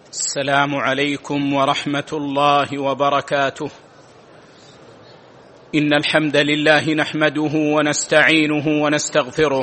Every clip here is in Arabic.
السلام عليكم ورحمة الله وبركاته. إن الحمد لله نحمده ونستعينه ونستغفره،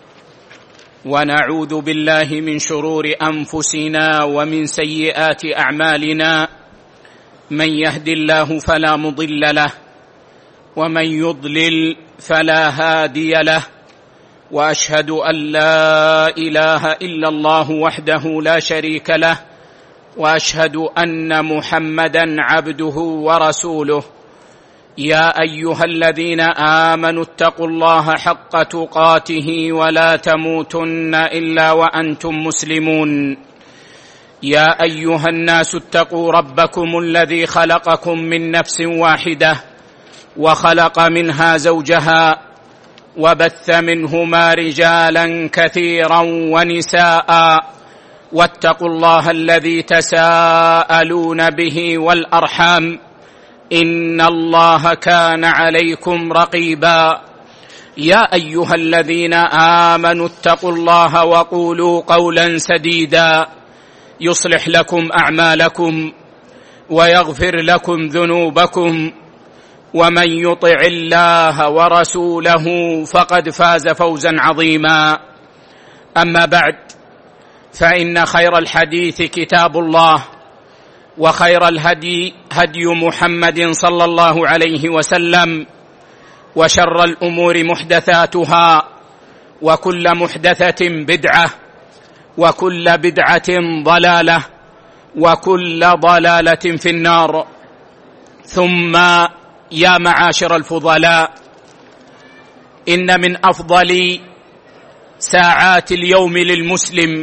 ونعوذ بالله من شرور أنفسنا ومن سيئات أعمالنا. من يهد الله فلا مضل له، ومن يضلل فلا هادي له، وأشهد أن لا إله إلا الله وحده لا شريك له، وأشهد أن محمدًا عبده ورسوله. يا أيها الذين آمنوا اتقوا الله حق تقاته ولا تموتن إلا وأنتم مسلمون. يا أيها الناس اتقوا ربكم الذي خلقكم من نفس واحدة، وخلق منها زوجها، وبث منهما رجالا كثيرا ونساء، واتقوا الله الذي تساءلون به والأرحام، إن الله كان عليكم رقيبا. يا أيها الذين آمنوا اتقوا الله وقولوا قولا سديدا يصلح لكم أعمالكم ويغفر لكم ذنوبكم، ومن يطع الله ورسوله فقد فاز فوزا عظيما. أما بعد، فإن خير الحديث كتاب الله، وخير الهدي هدي محمد صلى الله عليه وسلم، وشر الأمور محدثاتها، وكل محدثة بدعة، وكل بدعة ضلالة، وكل ضلالة في النار. ثم يا معاشر الفضلاء، إن من أفضل ساعات اليوم للمسلم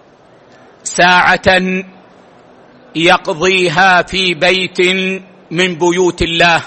ساعة يقضيها في بيت من بيوت الله،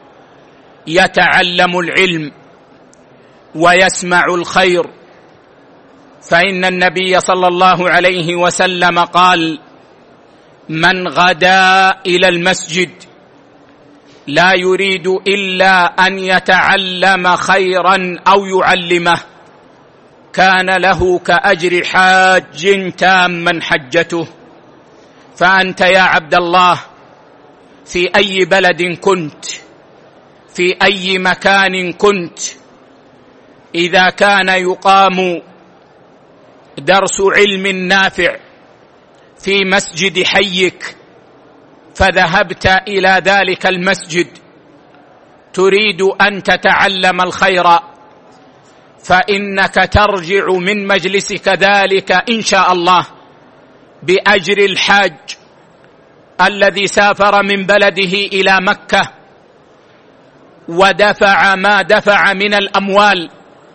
يتعلم العلم ويسمع الخير. فإن النبي صلى الله عليه وسلم قال: من غدا إلى المسجد لا يريد إلا أن يتعلم خيرا أو يعلمه كان له كأجر حاج تاما حجته. فأنت يا عبد الله في أي بلد كنت، في أي مكان كنت، إذا كان يقام درس علم نافع في مسجد حيك، فذهبت إلى ذلك المسجد تريد أن تتعلم الخير، فإنك ترجع من مجلسك ذلك إن شاء الله بأجر الحاج الذي سافر من بلده إلى مكة ودفع ما دفع من الأموال،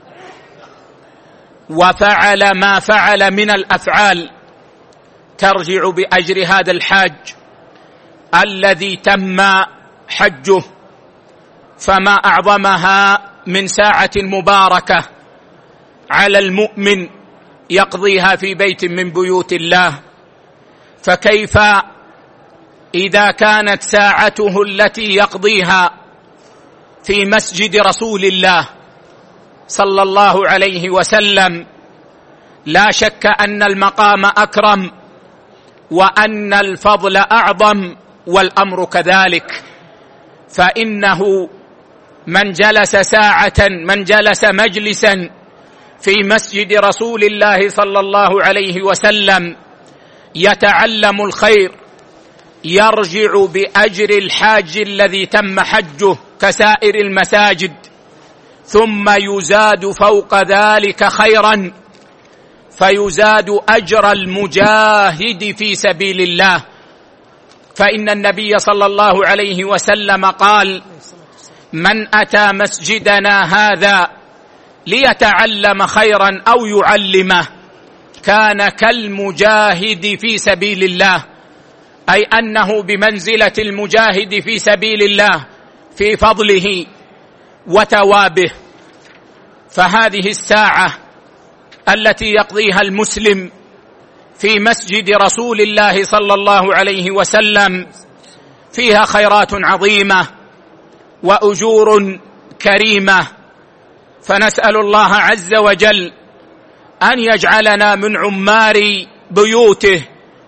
وفعل ما فعل من الأفعال، ترجع بأجر هذا الحاج الذي تم حجه. فما أعظمها من ساعة مباركة على المؤمن يقضيها في بيت من بيوت الله. فكيف إذا كانت ساعته التي يقضيها في مسجد رسول الله صلى الله عليه وسلم؟ لا شك أن المقام أكرم، وأن الفضل أعظم، والأمر كذلك. فإنه من جلس مجلسا في مسجد رسول الله صلى الله عليه وسلم يتعلم الخير، يرجع بأجر الحاج الذي تم حجه كسائر المساجد، ثم يزاد فوق ذلك خيرا، فيزاد أجر المجاهد في سبيل الله. فإن النبي صلى الله عليه وسلم قال: من أتى مسجدنا هذا ليتعلم خيرا أو يعلمه كان كالمجاهد في سبيل الله، أي أنه بمنزلة المجاهد في سبيل الله في فضله وثوابه. فهذه الساعة التي يقضيها المسلم في مسجد رسول الله صلى الله عليه وسلم فيها خيرات عظيمة وأجور كريمة. فنسأل الله عز وجل أن يجعلنا من عمار بيوته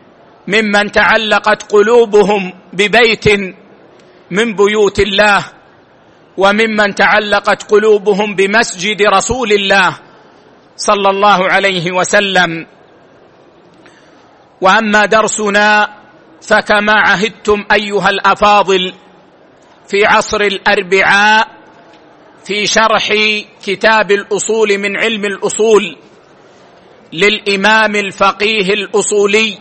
ممن تعلقت قلوبهم ببيت من بيوت الله، وممن تعلقت قلوبهم بمسجد رسول الله صلى الله عليه وسلم. وأما درسنا فكما عهدتم أيها الأفاضل في عصر الأربعاء في شرح كتاب الأصول من علم الأصول للإمام الفقيه الأصولي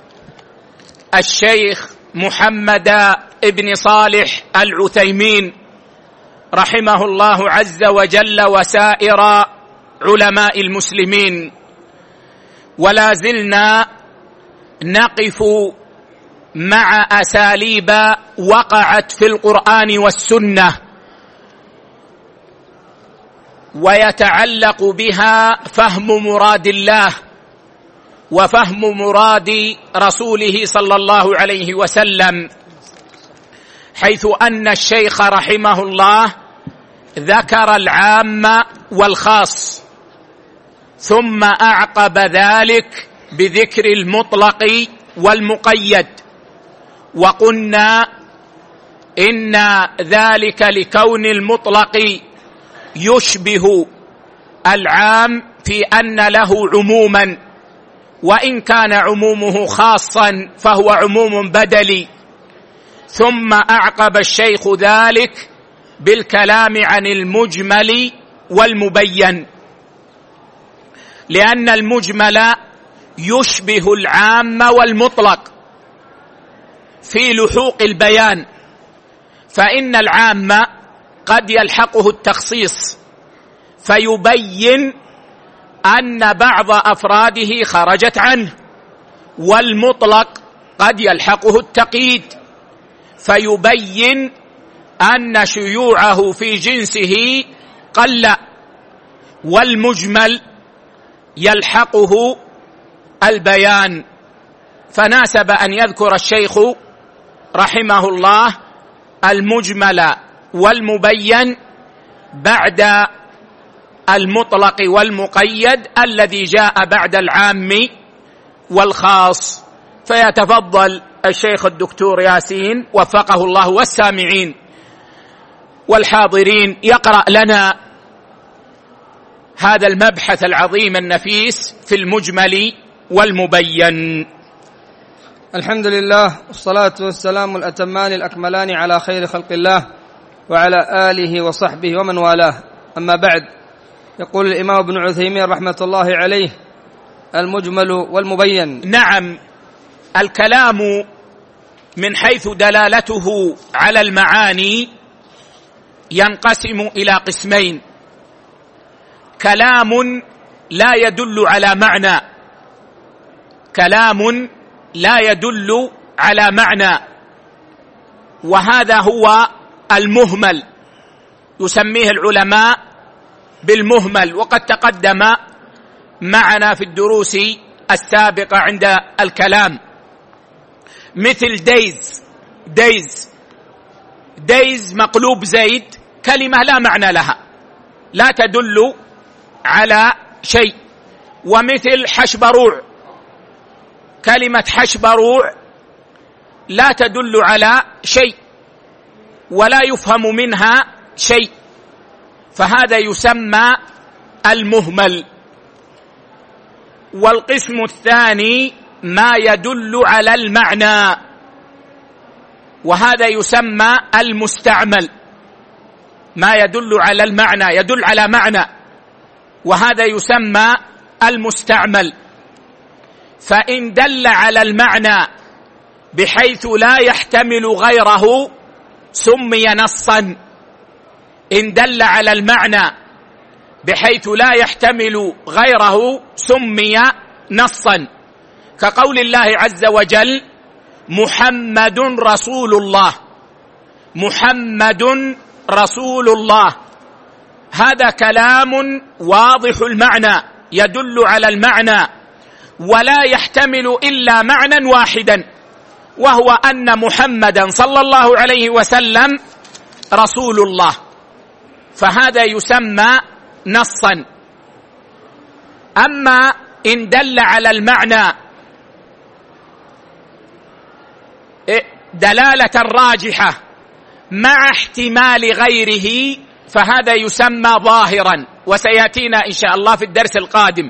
الشيخ محمد ابن صالح العثيمين رحمه الله عز وجل وسائر علماء المسلمين. ولا زلنا نقف مع أساليب وقعت في القرآن والسنة ويتعلق بها فهم مراد الله وفهم مراد رسوله صلى الله عليه وسلم، حيث أن الشيخ رحمه الله ذكر العام والخاص، ثم أعقب ذلك بذكر المطلق والمقيد، وقلنا إن ذلك لكون المطلق يشبه العام في أن له عموما، وإن كان عمومه خاصا فهو عموم بدلي. ثم أعقب الشيخ ذلك بالكلام عن المجمل والمبين، لأن المجمل يشبه العام والمطلق في لحوق البيان، فإن العام قد يلحقه التخصيص فيبين أن بعض أفراده خرجت عنه، والمطلق قد يلحقه التقييد فيبين أن شيوعه في جنسه قل، والمجمل يلحقه البيان. فناسب أن يذكر الشيخ رحمه الله المجمل والمبين بعد المطلق والمقيد الذي جاء بعد العام والخاص. فيتفضل الشيخ الدكتور ياسين وفقه الله والسامعين والحاضرين يقرأ لنا هذا المبحث العظيم النفيس في المجمل والمبين. الحمد لله، والصلاة والسلام الأتمان الأكملان على خير خلق الله وعلى آله وصحبه ومن والاه. أما بعد، يقول الإمام ابن عثيمين رحمة الله عليه: المجمل والمبين. نعم، الكلام من حيث دلالته على المعاني ينقسم إلى قسمين: كلام لا يدل على معنى، كلام لا يدل على معنى، وهذا هو المهمل، يسميه العلماء بالمهمل، وقد تقدم معنا في الدروس السابقة عند الكلام، مثل دايز مقلوب زيد، كلمة لا معنى لها لا تدل على شيء. ومثل حشبروع، كلمة حشبروع لا تدل على شيء ولا يفهم منها شيء، فهذا يسمى المهمل. والقسم الثاني ما يدل على المعنى، وهذا يسمى المستعمل. ما يدل على المعنى، يدل على معنى، وهذا يسمى المستعمل. فإن دل على المعنى بحيث لا يحتمل غيره سمي نصا. إن دل على المعنى بحيث لا يحتمل غيره سمي نصا، كقول الله عز وجل: محمد رسول الله، محمد رسول الله. هذا كلام واضح المعنى يدل على المعنى ولا يحتمل إلا معنى واحدا، وهو أن محمدا صلى الله عليه وسلم رسول الله، فهذا يسمى نصا. أما إن دل على المعنى دلالة راجحة مع احتمال غيره فهذا يسمى ظاهرا، وسيأتينا إن شاء الله في الدرس القادم.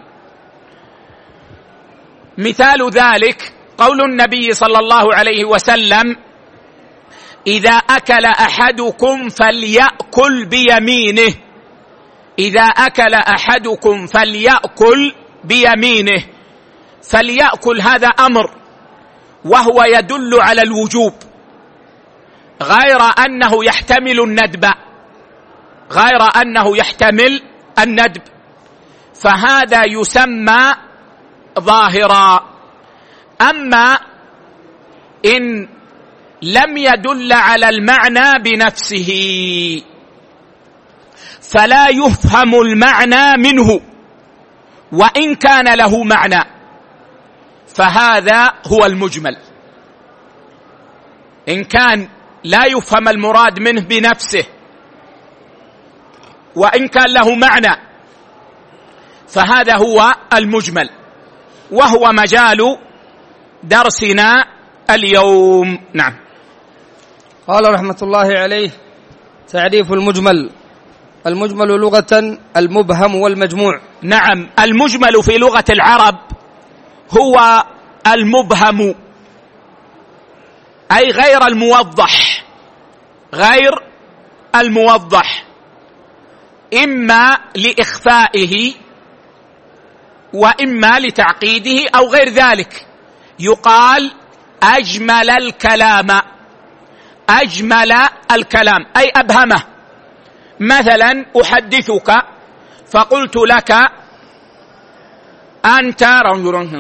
مثال ذلك قول النبي صلى الله عليه وسلم: إذا أكل أحدكم فليأكل بيمينه. إذا أكل أحدكم فليأكل بيمينه. فليأكل هذا أمر وهو يدل على الوجوب، غير أنه يحتمل الندب، غير أنه يحتمل الندب، فهذا يسمى ظاهرا. أما إن لم يدل على المعنى بنفسه فلا يفهم المعنى منه وإن كان له معنى، فهذا هو المجمل. إن كان لا يفهم المراد منه بنفسه وإن كان له معنى فهذا هو المجمل، وهو مجال درسنا اليوم. نعم. قال رحمة الله عليه: تعريف المجمل: المجمل لغة المبهم والمجموع. نعم، المجمل في لغة العرب هو المبهم، أي غير الموضح، غير الموضح، إما لإخفائه وإما لتعقيده أو غير ذلك. يقال أجمل الكلام، أجمل الكلام أي أبهمه. مثلا أحدثك فقلت لك أنت رجل،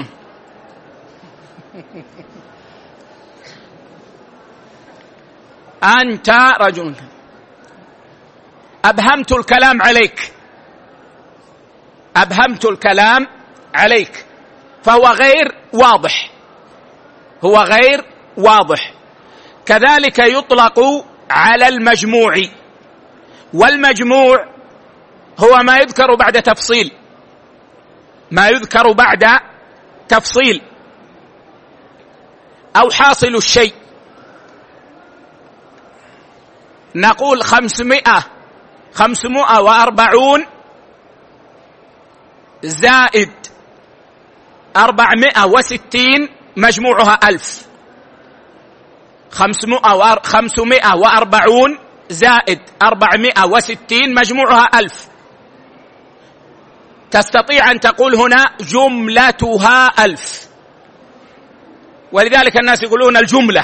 أنت رجل، أبهمت الكلام عليك، أبهمت الكلام عليك، فهو غير واضح، هو غير واضح. كذلك يطلق على المجموع، والمجموع هو ما يذكر بعد تفصيل، ما يذكر بعد تفصيل أو حاصل الشيء. نقول 540 زائد 460 مجموعها 1000. 540 زائد 460 مجموعها 1000. تستطيع أن تقول هنا جملتها 1000، ولذلك الناس يقولون الجملة،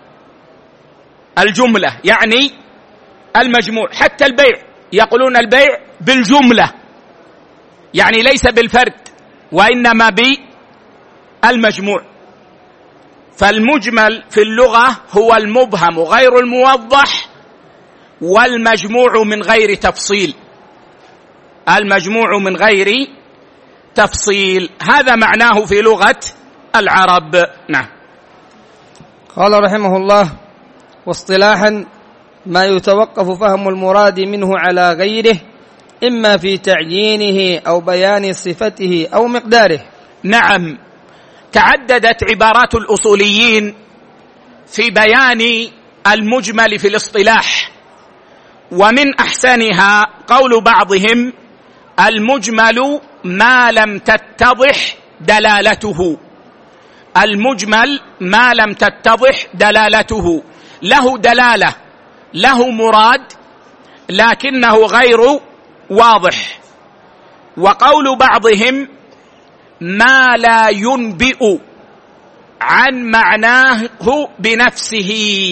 الجملة يعني المجموع. حتى البيع يقولون البيع بالجملة، يعني ليس بالفرد وإنما بالمجموع. فالمجمل في اللغة هو المبهم غير الموضح، والمجموع من غير تفصيل، المجموع من غير تفصيل، هذا معناه في لغة العرب. نعم. قال رحمه الله: واصطلاحا ما يتوقف فهم المراد منه على غيره، إما في تعيينه أو بيان صفته أو مقداره. نعم، تعددت عبارات الأصوليين في بيان المجمل في الاصطلاح، ومن أحسنها قول بعضهم: المجمل ما لم تتضح دلالته. المجمل ما لم تتضح دلالته، له دلالة، له مراد، لكنه غير واضح. وقول بعضهم: ما لا ينبئ عن معناه بنفسه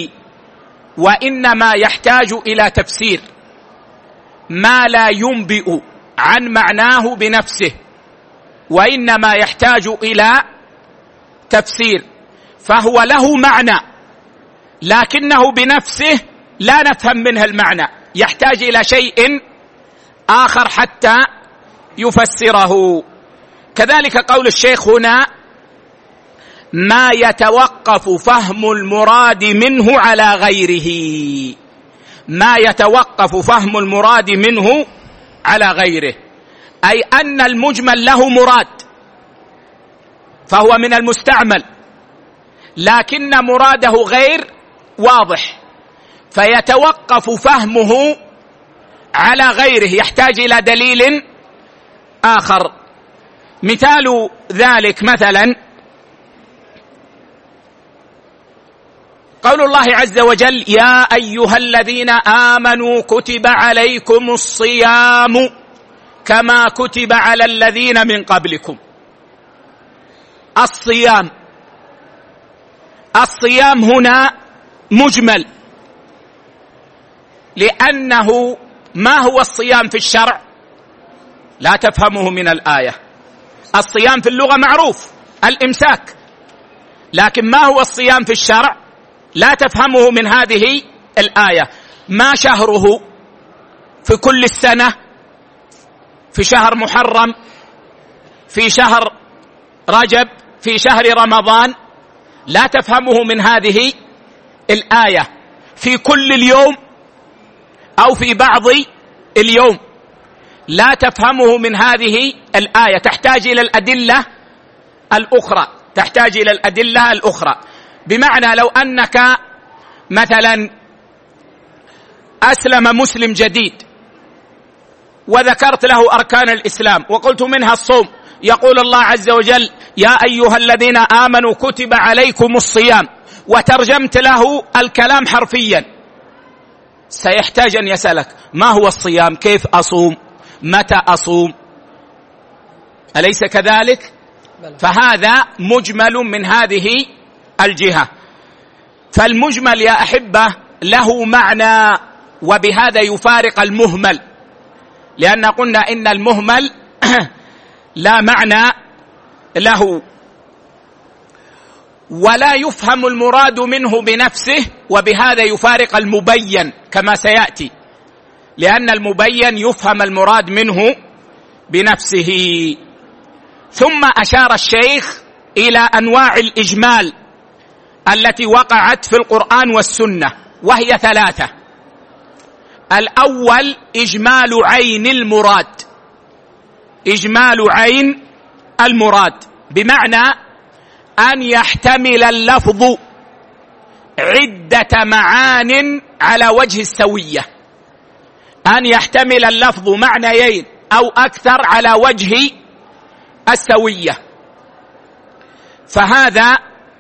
وإنما يحتاج إلى تفسير. ما لا ينبئ عن معناه بنفسه وإنما يحتاج إلى تفسير، فهو له معنى لكنه بنفسه لا نفهم منه المعنى، يحتاج إلى شيء آخر حتى يفسره. كذلك قول الشيخ هنا: ما يتوقف فهم المراد منه على غيره. ما يتوقف فهم المراد منه على غيره، أي أن المجمل له مراد فهو من المستعمل، لكن مراده غير واضح، فيتوقف فهمه على غيره، يحتاج إلى دليل آخر. مثال ذلك مثلا قول الله عز وجل: يا أيها الذين آمنوا كتب عليكم الصيام كما كتب على الذين من قبلكم. الصيام هنا مجمل، لأنه ما هو الصيام في الشرع؟ لا تفهمه من الآية. الصيام في اللغة معروف الإمساك، لكن ما هو الصيام في الشرع؟ لا تفهمه من هذه الآية. ما شهره في كل السنة؟ في شهر محرم، في شهر رجب، في شهر رمضان. لا تفهمه من هذه الآية في كل اليوم أو في بعض اليوم. لا تفهمه من هذه الآية، تحتاج إلى الأدلة الأخرى. بمعنى لو أنك مثلا أسلم مسلم جديد وذكرت له أركان الإسلام وقلت منها الصوم، يقول الله عز وجل: يا أيها الذين آمنوا كتب عليكم الصيام، وترجمت له الكلام حرفيا، سيحتاج أن يسألك: ما هو الصيام؟ كيف أصوم؟ متى أصوم؟ أليس كذلك؟ فهذا مجمل من هذه الجهة. فالمجمل يا أحبة له معنى، وبهذا يفارق المهمل، لأن قلنا إن المهمل لا معنى له ولا يفهم المراد منه بنفسه، وبهذا يفارق المبين كما سيأتي، لأن المبين يفهم المراد منه بنفسه. ثم أشار الشيخ إلى أنواع الإجمال التي وقعت في القرآن والسنة، وهي 3. الأول إجمال عين المراد. إجمال عين المراد بمعنى أن يحتمل اللفظ عدة معان على وجه السوية، أن يحتمل اللفظ معنيين أو أكثر على وجه السوية، فهذا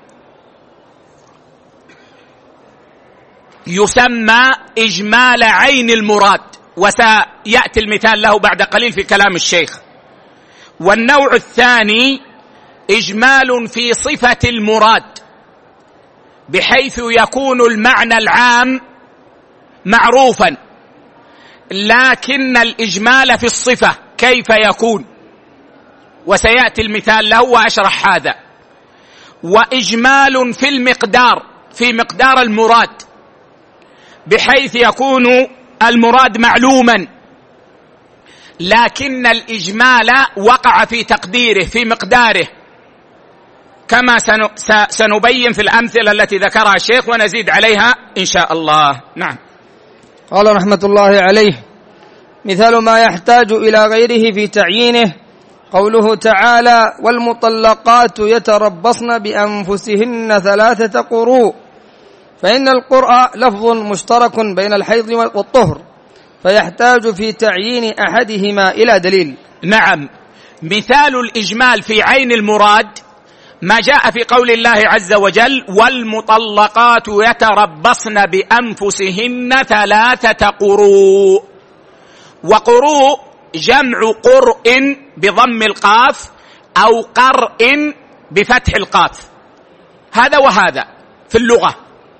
يسمى إجمال عين المراد، وسيأتي المثال له بعد قليل في كلام الشيخ. والنوع الثاني إجمال في صفة المراد، بحيث يكون المعنى العام معروفا، لكن الإجمال في الصفة كيف يكون؟ وسيأتي المثال له وأشرح هذا. وإجمال في المقدار، في مقدار المراد، بحيث يكون المراد معلوما، لكن الإجمال وقع في تقديره، في مقداره، كما سنبين في الأمثلة التي ذكرها الشيخ ونزيد عليها إن شاء الله. نعم. قال رحمة الله عليه: مثال ما يحتاج إلى غيره في تعيينه قوله تعالى: والمطلقات يتربصن بأنفسهن 3 قروء، فإن القرء لفظ مشترك بين الحيض والطهر، فيحتاج في تعيين أحدهما إلى دليل. نعم. مثال الإجمال في عين المراد ما جاء في قول الله عز وجل: والمطلقات يتربصن بأنفسهن 3 قروء. وقروء جمع قرء بضم القاف أو قرء بفتح القاف، هذا وهذا في اللغة.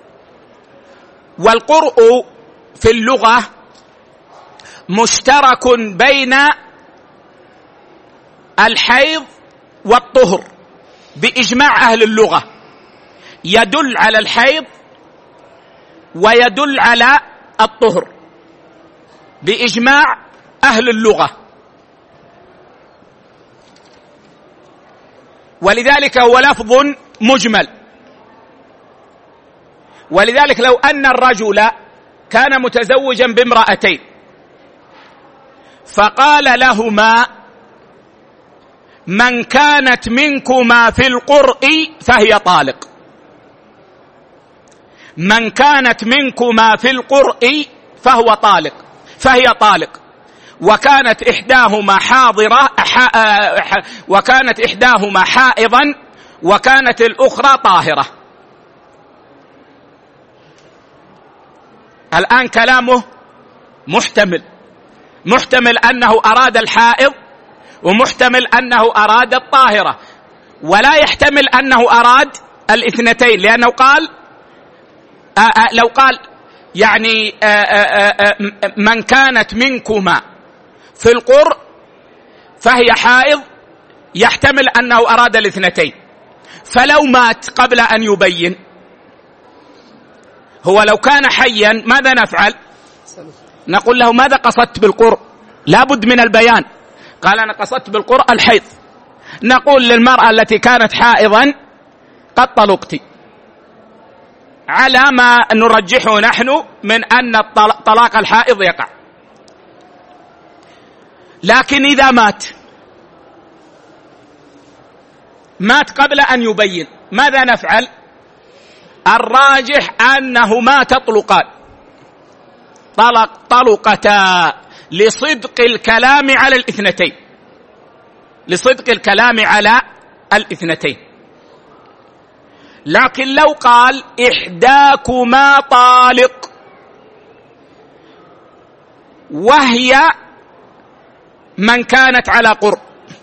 والقرء في اللغة مشترك بين الحيض والطهر بإجماع أهل اللغة، يدل على الحيض ويدل على الطهر بإجماع أهل اللغة، ولذلك هو لفظ مجمل. ولذلك لو أن الرجل كان متزوجا بامرأتين فقال لهما: من كانت منكما في القرء فهي طالق، من كانت منكما في القرء فهو طالق، فهي طالق، وكانت إحداهما حائضا وكانت الأخرى طاهرة. الآن كلامه محتمل أنه أراد الحائض، ومحتمل أنه أراد الطاهرة، ولا يحتمل أنه أراد الاثنتين، لأنه قال لو قال يعني من كانت منكما في القرء فهي حائض، يحتمل أنه أراد الاثنتين. فلو مات قبل أن يبين، هو لو كان حيا ماذا نفعل؟ نقول له ماذا قصدت بالقرء؟ لابد من البيان. قال أنا قصدت بالقرء الحيض. نقول للمرأة التي كانت حائضا قد طلقت، على ما نرجحه نحن من أن طلاق الحائض يقع. لكن إذا مات قبل أن يبين، ماذا نفعل؟ الراجح أنهما تطلقان، طلقتا لصدق الكلام على الاثنتين، لصدق الكلام على الاثنتين. لكن لو قال إحداكما طالق وهي من كانت على قرء،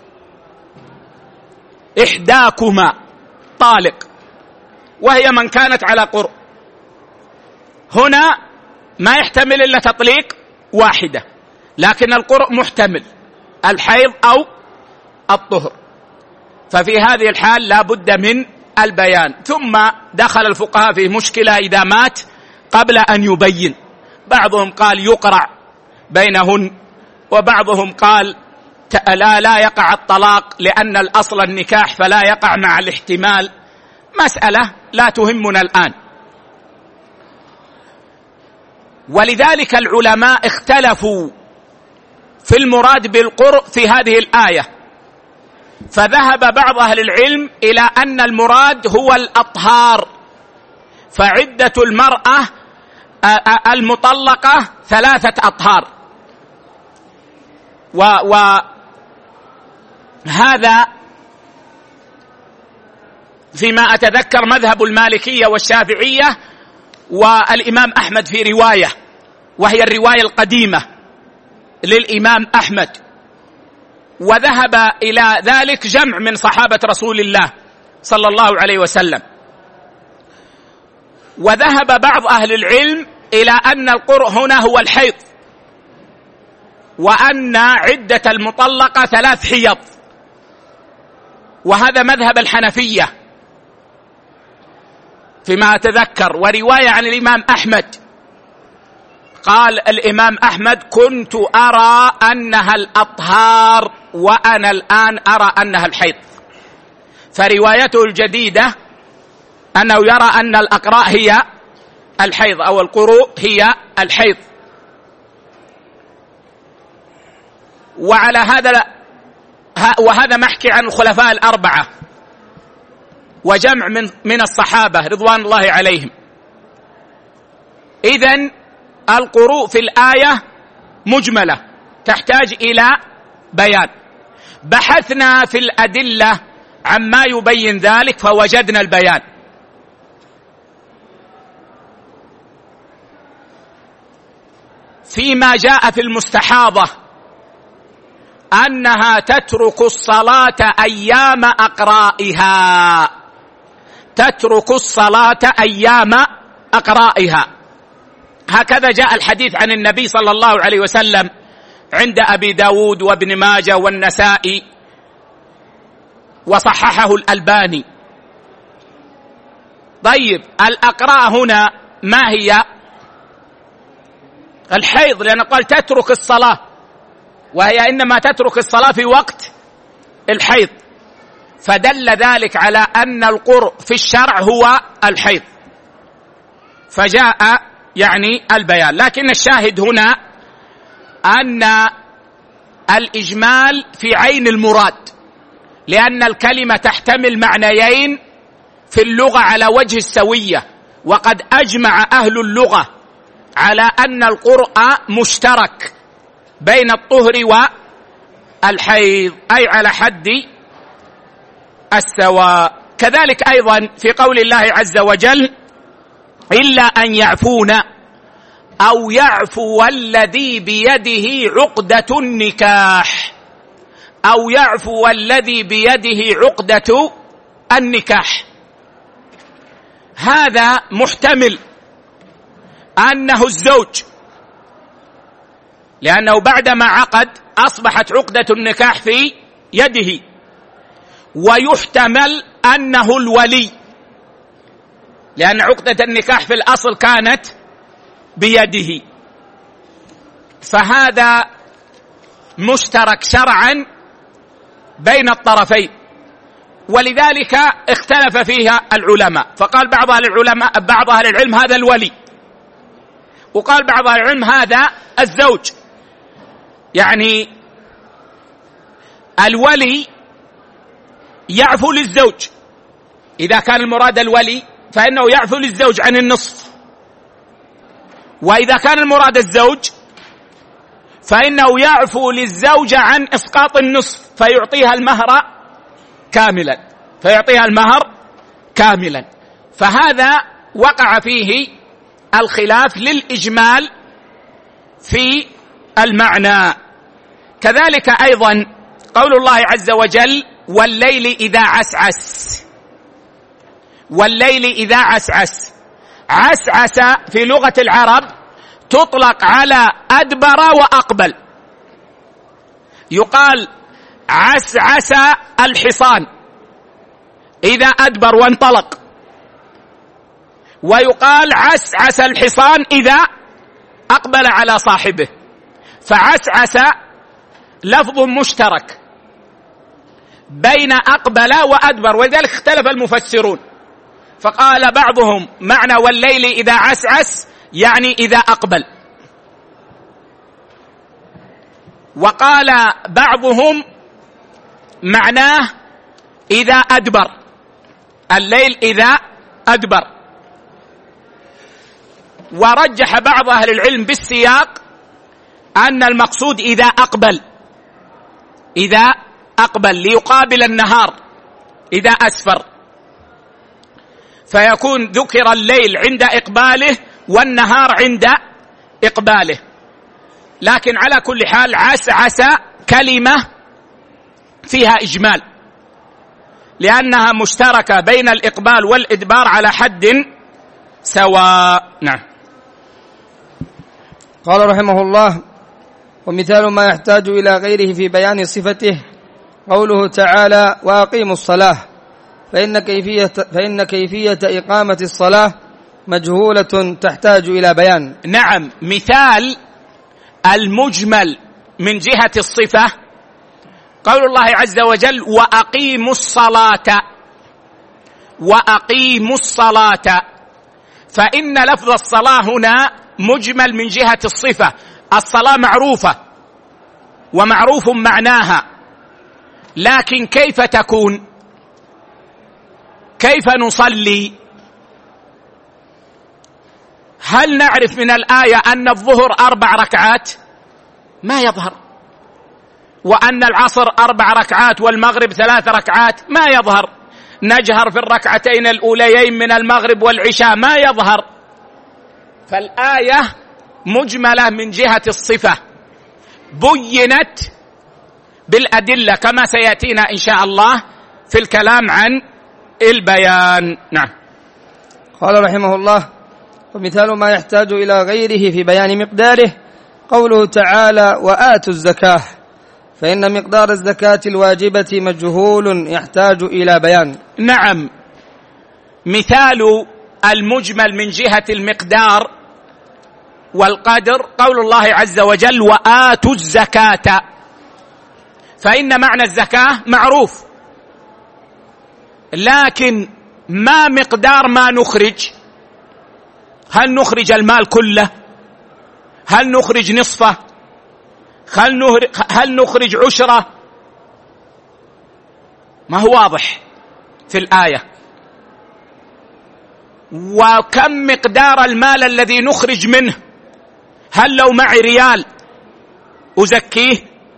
إحداكما طالق وهي من كانت على قرء، هنا ما يحتمل إلا تطليق واحدة، لكن القرء محتمل الحيض أو الطهر، ففي هذه الحال لا بد من البيان. ثم دخل الفقهاء في مشكلة إذا مات قبل أن يبين، بعضهم قال يقرع بينهن، وبعضهم قال لا يقع الطلاق لأن الأصل النكاح فلا يقع مع الاحتمال. مسألة لا تهمنا الآن. ولذلك العلماء اختلفوا في المراد بالقرء في هذه الآية، فذهب بعض أهل العلم إلى أن المراد هو الأطهار، فعدة المرأة المطلقة 3 أطهار، وهذا فيما أتذكر مذهب المالكية والشافعية والإمام أحمد في رواية، وهي الرواية القديمة للإمام أحمد، وذهب إلى ذلك جمع من صحابة رسول الله صلى الله عليه وسلم. وذهب بعض أهل العلم إلى أن القرء هنا هو الحيض، وأن عدة المطلقة 3 حيض، وهذا مذهب الحنفية فيما أتذكر. ورواية عن الإمام أحمد قال الإمام أحمد كنت أرى أنها الأطهار وأنا الآن أرى أنها الحيض، فروايته الجديدة أنه يرى أن الأقراء هي الحيض أو القروء هي الحيض. وعلى هذا وهذا محكي عن الخلفاء ال4 وجمع من الصحابة رضوان الله عليهم. إذن القروء في الآية مجملة تحتاج إلى بيان. بحثنا في الأدلة عما يبين ذلك فوجدنا البيان. فيما جاء في المستحاضة أنها تترك الصلاة أيام أقرائها، تترك الصلاة أيام أقرائها، هكذا جاء الحديث عن النبي صلى الله عليه وسلم عند أبي داود وابن ماجه والنسائي وصححه الألباني. طيب الأقراء هنا ما هي؟ الحيض، لأن قال تترك الصلاة، وهي إنما تترك الصلاة في وقت الحيض، فدل ذلك على أن القرء في الشرع هو الحيض، فجاء يعني البيان. لكن الشاهد هنا أن الإجمال في عين المراد، لأن الكلمة تحتمل معنيين في اللغة على وجه السوية، وقد أجمع أهل اللغة على أن القرء مشترك بين الطهر والحيض، أي على حد السواء. كذلك أيضا في قول الله عز وجل: إلا أن يعفون أو يعفو الذي بيده عقدة النكاح، أو يعفو الذي بيده عقدة النكاح. هذا محتمل أنه الزوج، لأنه بعدما عقد أصبحت عقدة النكاح في يده، ويحتمل أنه الولي، لأن عقدة النكاح في الأصل كانت بيده، فهذا مشترك شرعا بين الطرفين، ولذلك اختلف فيها العلماء، فقال بعض أهل العلم هذا الولي، وقال بعض أهل العلم هذا الزوج. يعني الولي يعفو للزوج، إذا كان المراد الولي فإنه يعفو للزوج عن النصف، وإذا كان المراد الزوج فإنه يعفو للزوجة عن إسقاط النصف فيعطيها المهر كاملا. فهذا وقع فيه الخلاف للإجمال في المعنى. كذلك أيضا قول الله عز وجل: والليل إذا عسعس. والليل إذا عسعس، عسعس في لغة العرب تطلق على أدبر وأقبل، يقال عسعس الحصان إذا أدبر وانطلق، ويقال عسعس الحصان إذا أقبل على صاحبه. فعسعس لفظ مشترك بين أقبل وأدبر، ولذلك اختلف المفسرون، فقال بعضهم معنى والليل إذا عسعس يعني إذا أقبل، وقال بعضهم معناه إذا أدبر، الليل إذا أدبر. ورجح بعض أهل العلم بالسياق أن المقصود إذا أقبل ليقابل النهار إذا أسفر، فيكون ذكر الليل عند إقباله والنهار عند إقباله. لكن على كل حال عسعس كلمة فيها إجمال، لأنها مشتركة بين الإقبال والإدبار على حد سواء. نعم. قال رحمه الله: ومثال ما يحتاج إلى غيره في بيان صفته قوله تعالى: وأقيموا الصلاة، فإن كيفية إقامة الصلاة مجهولة تحتاج إلى بيان. نعم، مثال المجمل من جهة الصفة قول الله عز وجل: وأقيموا الصلاة، فإن لفظ الصلاة هنا مجمل من جهة الصفة. الصلاة معروفة ومعروف معناها، لكن كيف تكون؟ كيف نصلي؟ هل نعرف من الآية أن الظهر 4 ركعات؟ ما يظهر. وأن العصر 4 ركعات والمغرب 3 ركعات؟ ما يظهر. نجهر في الركعتين الأوليين من المغرب والعشاء؟ ما يظهر. فالآية مجملة من جهة الصفة، بينت بالأدلة كما سيأتينا إن شاء الله في الكلام عن البيان. نعم. قال رحمه الله: ومثال ما يحتاج إلى غيره في بيان مقداره قوله تعالى: وآتوا الزكاة، فإن مقدار الزكاة الواجبة مجهول يحتاج إلى بيان. نعم، مثال المجمل من جهة المقدار والقدر قول الله عز وجل: وآتوا الزكاة، فإن معنى الزكاة معروف، لكن ما مقدار ما نخرج؟ هل نخرج المال كله؟ هل نخرج نصفه؟ هل نخرج عشره؟ ما هو واضح في الآية. وكم مقدار المال الذي نخرج منه؟ هل لو معي ريال أزكيه؟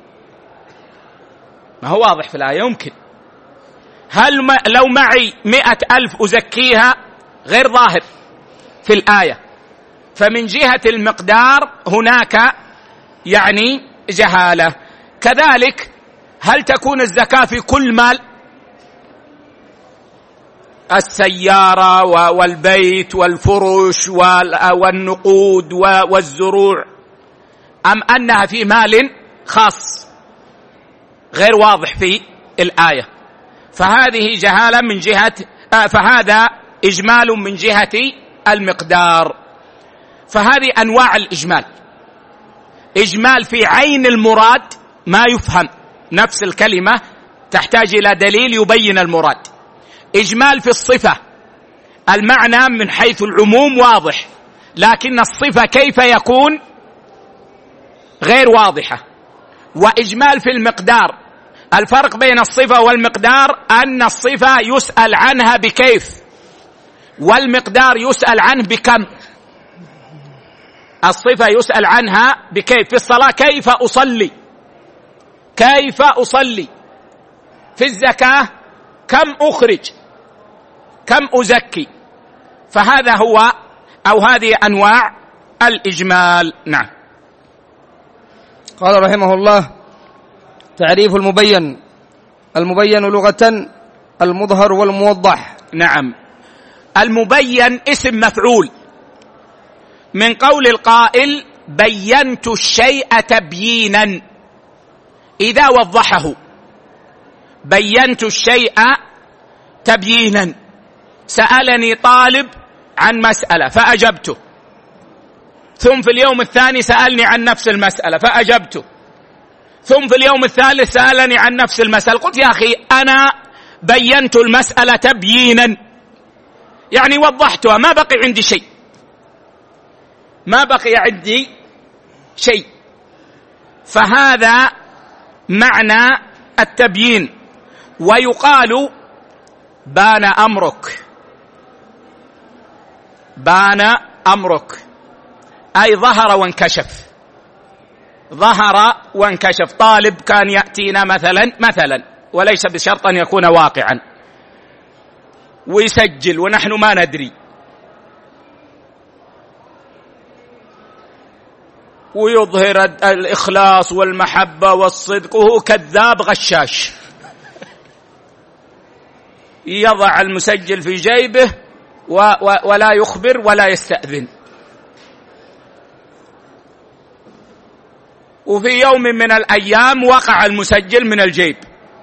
ما هو واضح في الآية يمكن. هل لو معي 100,000 أزكيها؟ غير ظاهر في الآية. فمن جهة المقدار هناك يعني جهالة. كذلك هل تكون الزكاة في كل مال؟ السيارة والبيت والفرش والنقود والزروع، أم أنها في مال خاص؟ غير واضح في الآية. فهذه جهالة من جهة، فهذا إجمال من جهة المقدار. فهذه أنواع الإجمال. إجمال في عين المراد ما يفهم، نفس الكلمة تحتاج إلى دليل يبين المراد. إجمال في الصفة، المعنى من حيث العموم واضح، لكن الصفة كيف يكون غير واضحة. وإجمال في المقدار، الفرق بين الصفة والمقدار أن الصفة يسأل عنها بكيف، والمقدار يسأل عنه بكم. الصفة يسأل عنها بكيف. في الصلاة كيف أصلي، كيف أصلي. في الزكاة كم أخرج، كم أزكي. فهذا هو أو هذه أنواع الإجمال. نعم. قال رحمه الله: تعريف المبين: المبين لغة المظهر والموضح. نعم. المبين اسم مفعول من قول القائل: بينت الشيء تبيينا، إذا وضحه. بينت الشيء تبيينا، سألني طالب عن مسألة فأجبته، ثم في اليوم الثاني سألني عن نفس المسألة فأجبته، ثم في اليوم الثالث سألني عن نفس المسألة. قلت: يا أخي أنا بينت المسألة تبيينا، يعني وضحتها، ما بقي عندي شيء، ما بقي عندي شيء. فهذا معنى التبيين. ويقال: بان أمرك، بان أمرك أي ظهر وانكشف. ظهر وانكشف. طالب كان يأتينا مثلا وليس بشرط أن يكون واقعا، ويسجل ونحن ما ندري، ويظهر الإخلاص والمحبة والصدق، وهو كذاب غشاش، يضع المسجل في جيبه ولا يخبر ولا يستأذن. وفي يوم من الأيام وقع المسجل من الجيب،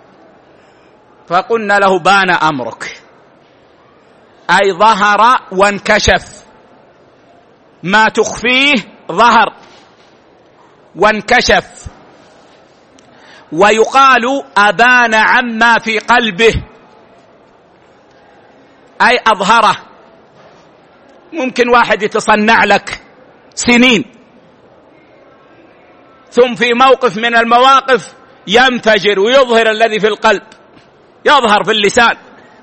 فقلنا له: بان أمرك، أي ظهر وانكشف، ما تخفيه ظهر وانكشف. ويقال: أبان عما في قلبه، أي أظهره. ممكن واحد يتصنع لك سنين، ثم في موقف من المواقف ينفجر ويظهر الذي في القلب، يظهر في اللسان.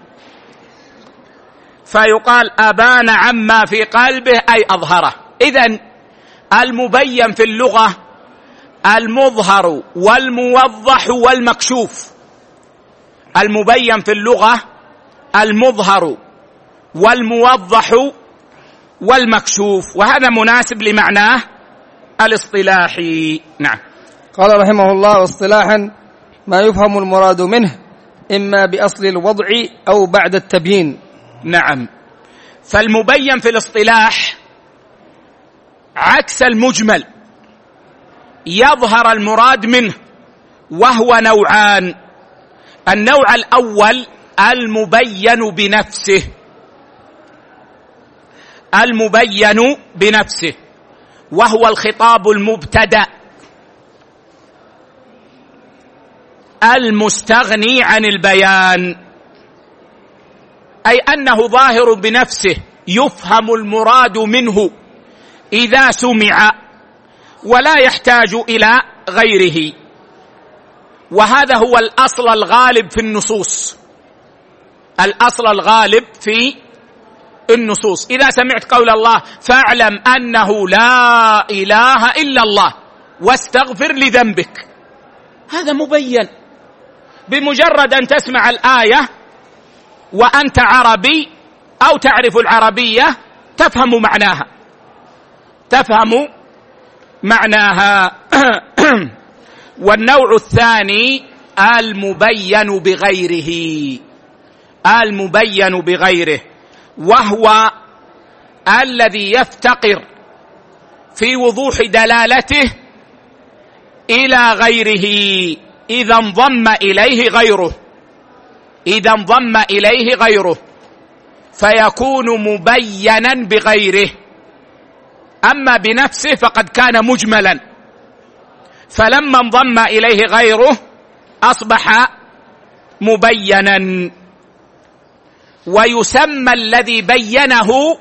فيقال: أبان عما في قلبه، أي أظهره. إذن المبين في اللغة المظهر والموضح والمكشوف. المبين في اللغة المظهر والموضح والمكشوف، وهذا مناسب لمعناه الاصطلاحي. نعم. قال رحمه الله: واصطلاحا ما يفهم المراد منه إما بأصل الوضع أو بعد التبيين. نعم. فالمبين في الاصطلاح عكس المجمل، يظهر المراد منه، وهو نوعان. النوع الأول المبين بنفسه، المبين بنفسه، وهو الخطاب المبتدأ المستغني عن البيان، أي أنه ظاهر بنفسه، يفهم المراد منه إذا سمع، ولا يحتاج إلى غيره. وهذا هو الأصل الغالب في النصوص، الأصل الغالب في النصوص. إذا سمعت قول الله فاعلم أنه لا إله إلا الله واستغفر لذنبك، هذا مبين. بمجرد أن تسمع الآية وأنت عربي أو تعرف العربية تفهم معناها. والنوع الثاني المبين بغيره، وهو الذي يفتقر في وضوح دلالته إلى غيره إذا انضم إليه غيره فيكون مبينا بغيره. أما بنفسه فقد كان مجملا، فلما انضم إليه غيره أصبح مبينا. ويسمى الذي بينه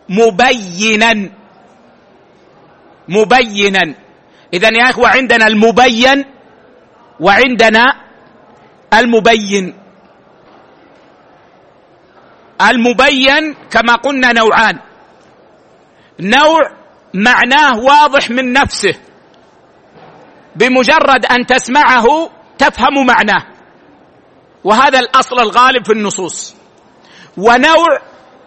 مبينا. إذن يا إخوة عندنا المبين وعندنا المبين. المبين كما قلنا نوعان: نوع معناه واضح من نفسه، بمجرد أن تسمعه تفهم معناه، وهذا الأصل الغالب في النصوص. ونوع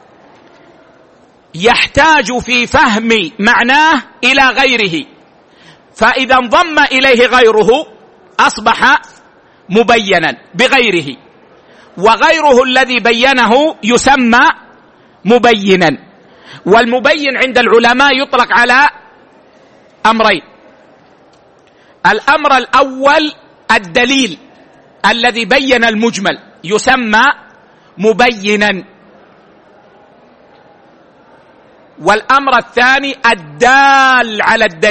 يحتاج في فهم معناه إلى غيره، فإذا انضم إليه غيره أصبح مبينا بغيره، وغيره الذي بينه يسمى مبينا. والمبين عند العلماء يطلق على أمرين: الأمر الأول الدليل الذي بين المجمل يسمى مبينا، والأمر الثاني الدال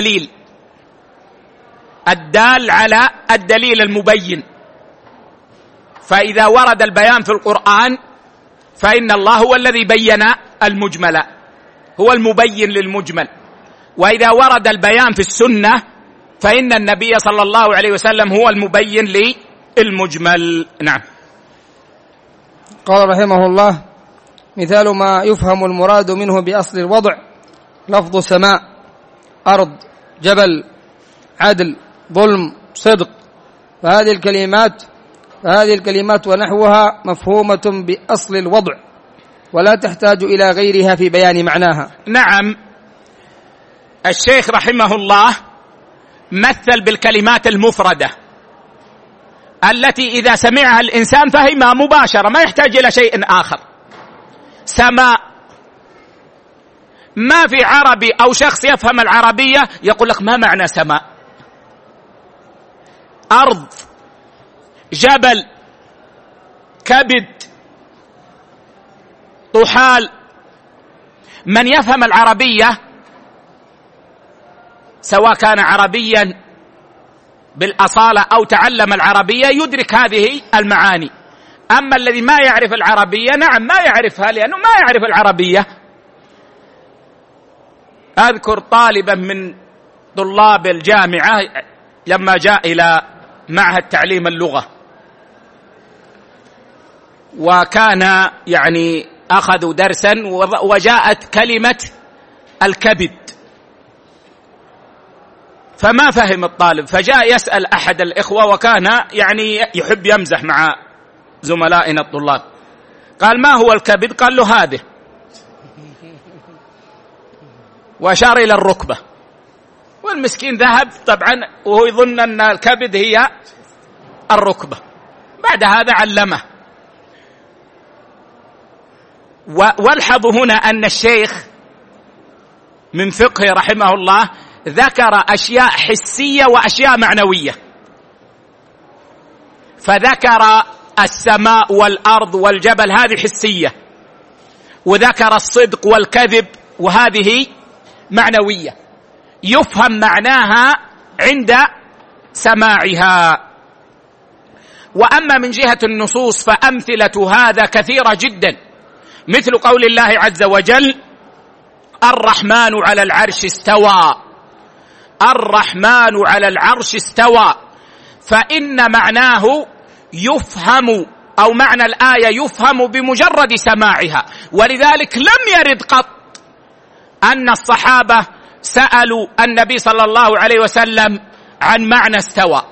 على الدليل المبين. فإذا ورد البيان في القرآن فإن الله هو الذي بين المجمل، هو المبين للمجمل. وإذا ورد البيان في السنة فإن النبي صلى الله عليه وسلم هو المبين للمجمل. نعم. قال رحمه الله: مثال ما يفهم المراد منه بأصل الوضع لفظ سماء، أرض، جبل، عدل، ظلم، صدق، فهذه الكلمات ونحوها مفهومة بأصل الوضع ولا تحتاج إلى غيرها في بيان معناها. نعم. الشيخ رحمه الله مثل بالكلمات المفردة التي إذا سمعها الإنسان فهمها مباشرة، ما يحتاج إلى شيء آخر. سماء، ما في عربي أو شخص يفهم العربية يقول لك ما معنى سماء. أرض، جبل، كبد، طحال، من يفهم العربية سواء كان عربيا بالأصالة أو تعلم العربية يدرك هذه المعاني. أما الذي ما يعرف العربية نعم ما يعرفها لأنه ما يعرف العربية. أذكر طالبا من طلاب الجامعة لما جاء إلى معهد تعليم اللغة، وكان أخذوا درسا وجاءت كلمة الكبد، فما فهم الطالب، فجاء يسأل أحد الإخوة وكان يحب يمزح مع زملائنا الطلاب، قال: ما هو الكبد؟ قال له: هذه، وأشار إلى الركبة، والمسكين ذهب طبعا وهو يظن أن الكبد هي الركبة. بعد هذا علمه. والحظوا هنا أن الشيخ من فقهه رحمه الله ذكر أشياء حسية وأشياء معنوية، فذكر السماء والأرض والجبل هذه حسية، وذكر الصدق والكذب وهذه معنوية يفهم معناها عند سماعها. وأما من جهة النصوص فأمثلة هذا كثيرة جدا، مثل قول الله عز وجل: الرحمن على العرش استوى. الرحمن على العرش استوى، فإن معناه يفهم أو معنى الآية يفهم بمجرد سماعها. ولذلك لم يرد قط أن الصحابة سألوا النبي صلى الله عليه وسلم عن معنى استوى،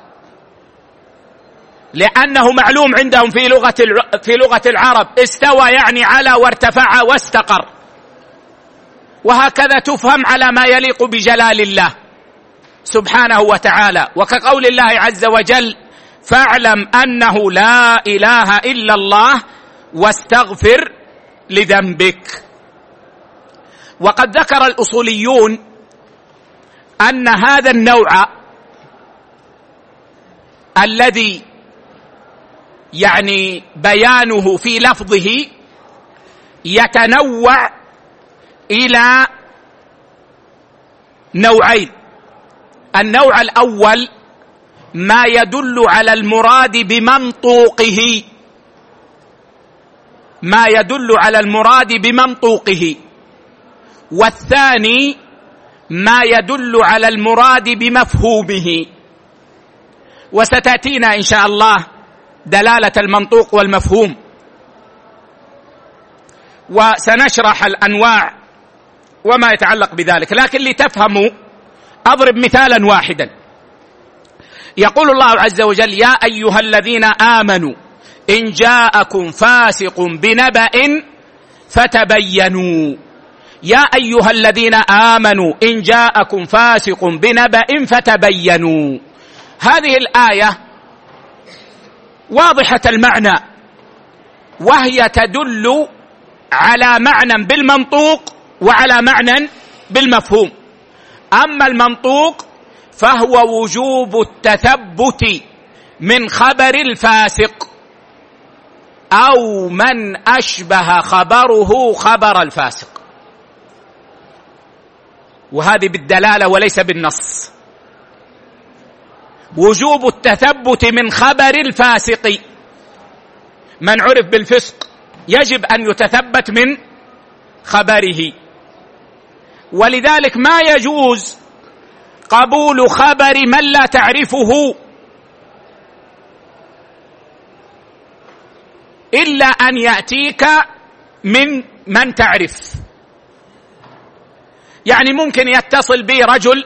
لأنه معلوم عندهم في لغة العرب استوى يعني على وارتفع واستقر، وهكذا تفهم على ما يليق بجلال الله سبحانه وتعالى. وكقول الله عز وجل: فاعلم أنه لا إله إلا الله واستغفر لذنبك. وقد ذكر الأصوليون أن هذا النوع الذي يعني بيانه في لفظه يتنوع إلى نوعين. النوع الأول ما يدل على المراد بمنطوقه، ما يدل على المراد بمنطوقه، والثاني ما يدل على المراد بمفهومه. وستأتينا إن شاء الله دلالة المنطوق والمفهوم، وسنشرح الأنواع وما يتعلق بذلك. لكن لتفهموا أضرب مثالا واحدا. يقول الله عز وجل: يا أيها الذين آمنوا إن جاءكم فاسق بنبأ فتبينوا. يا أيها الذين آمنوا إن جاءكم فاسق بنبأ فتبينوا. هذه الآية واضحة المعنى، وهي تدل على معنى بالمنطوق وعلى معنى بالمفهوم. أما المنطوق فهو وجوب التثبت من خبر الفاسق أو من أشبه خبره خبر الفاسق، وهذه بالدلالة وليس بالنص. وجوب التثبت من خبر الفاسق، من عرف بالفسق يجب أن يتثبت من خبره. ولذلك ما يجوز قبول خبر من لا تعرفه إلا أن يأتيك من تعرف. يعني ممكن يتصل به رجل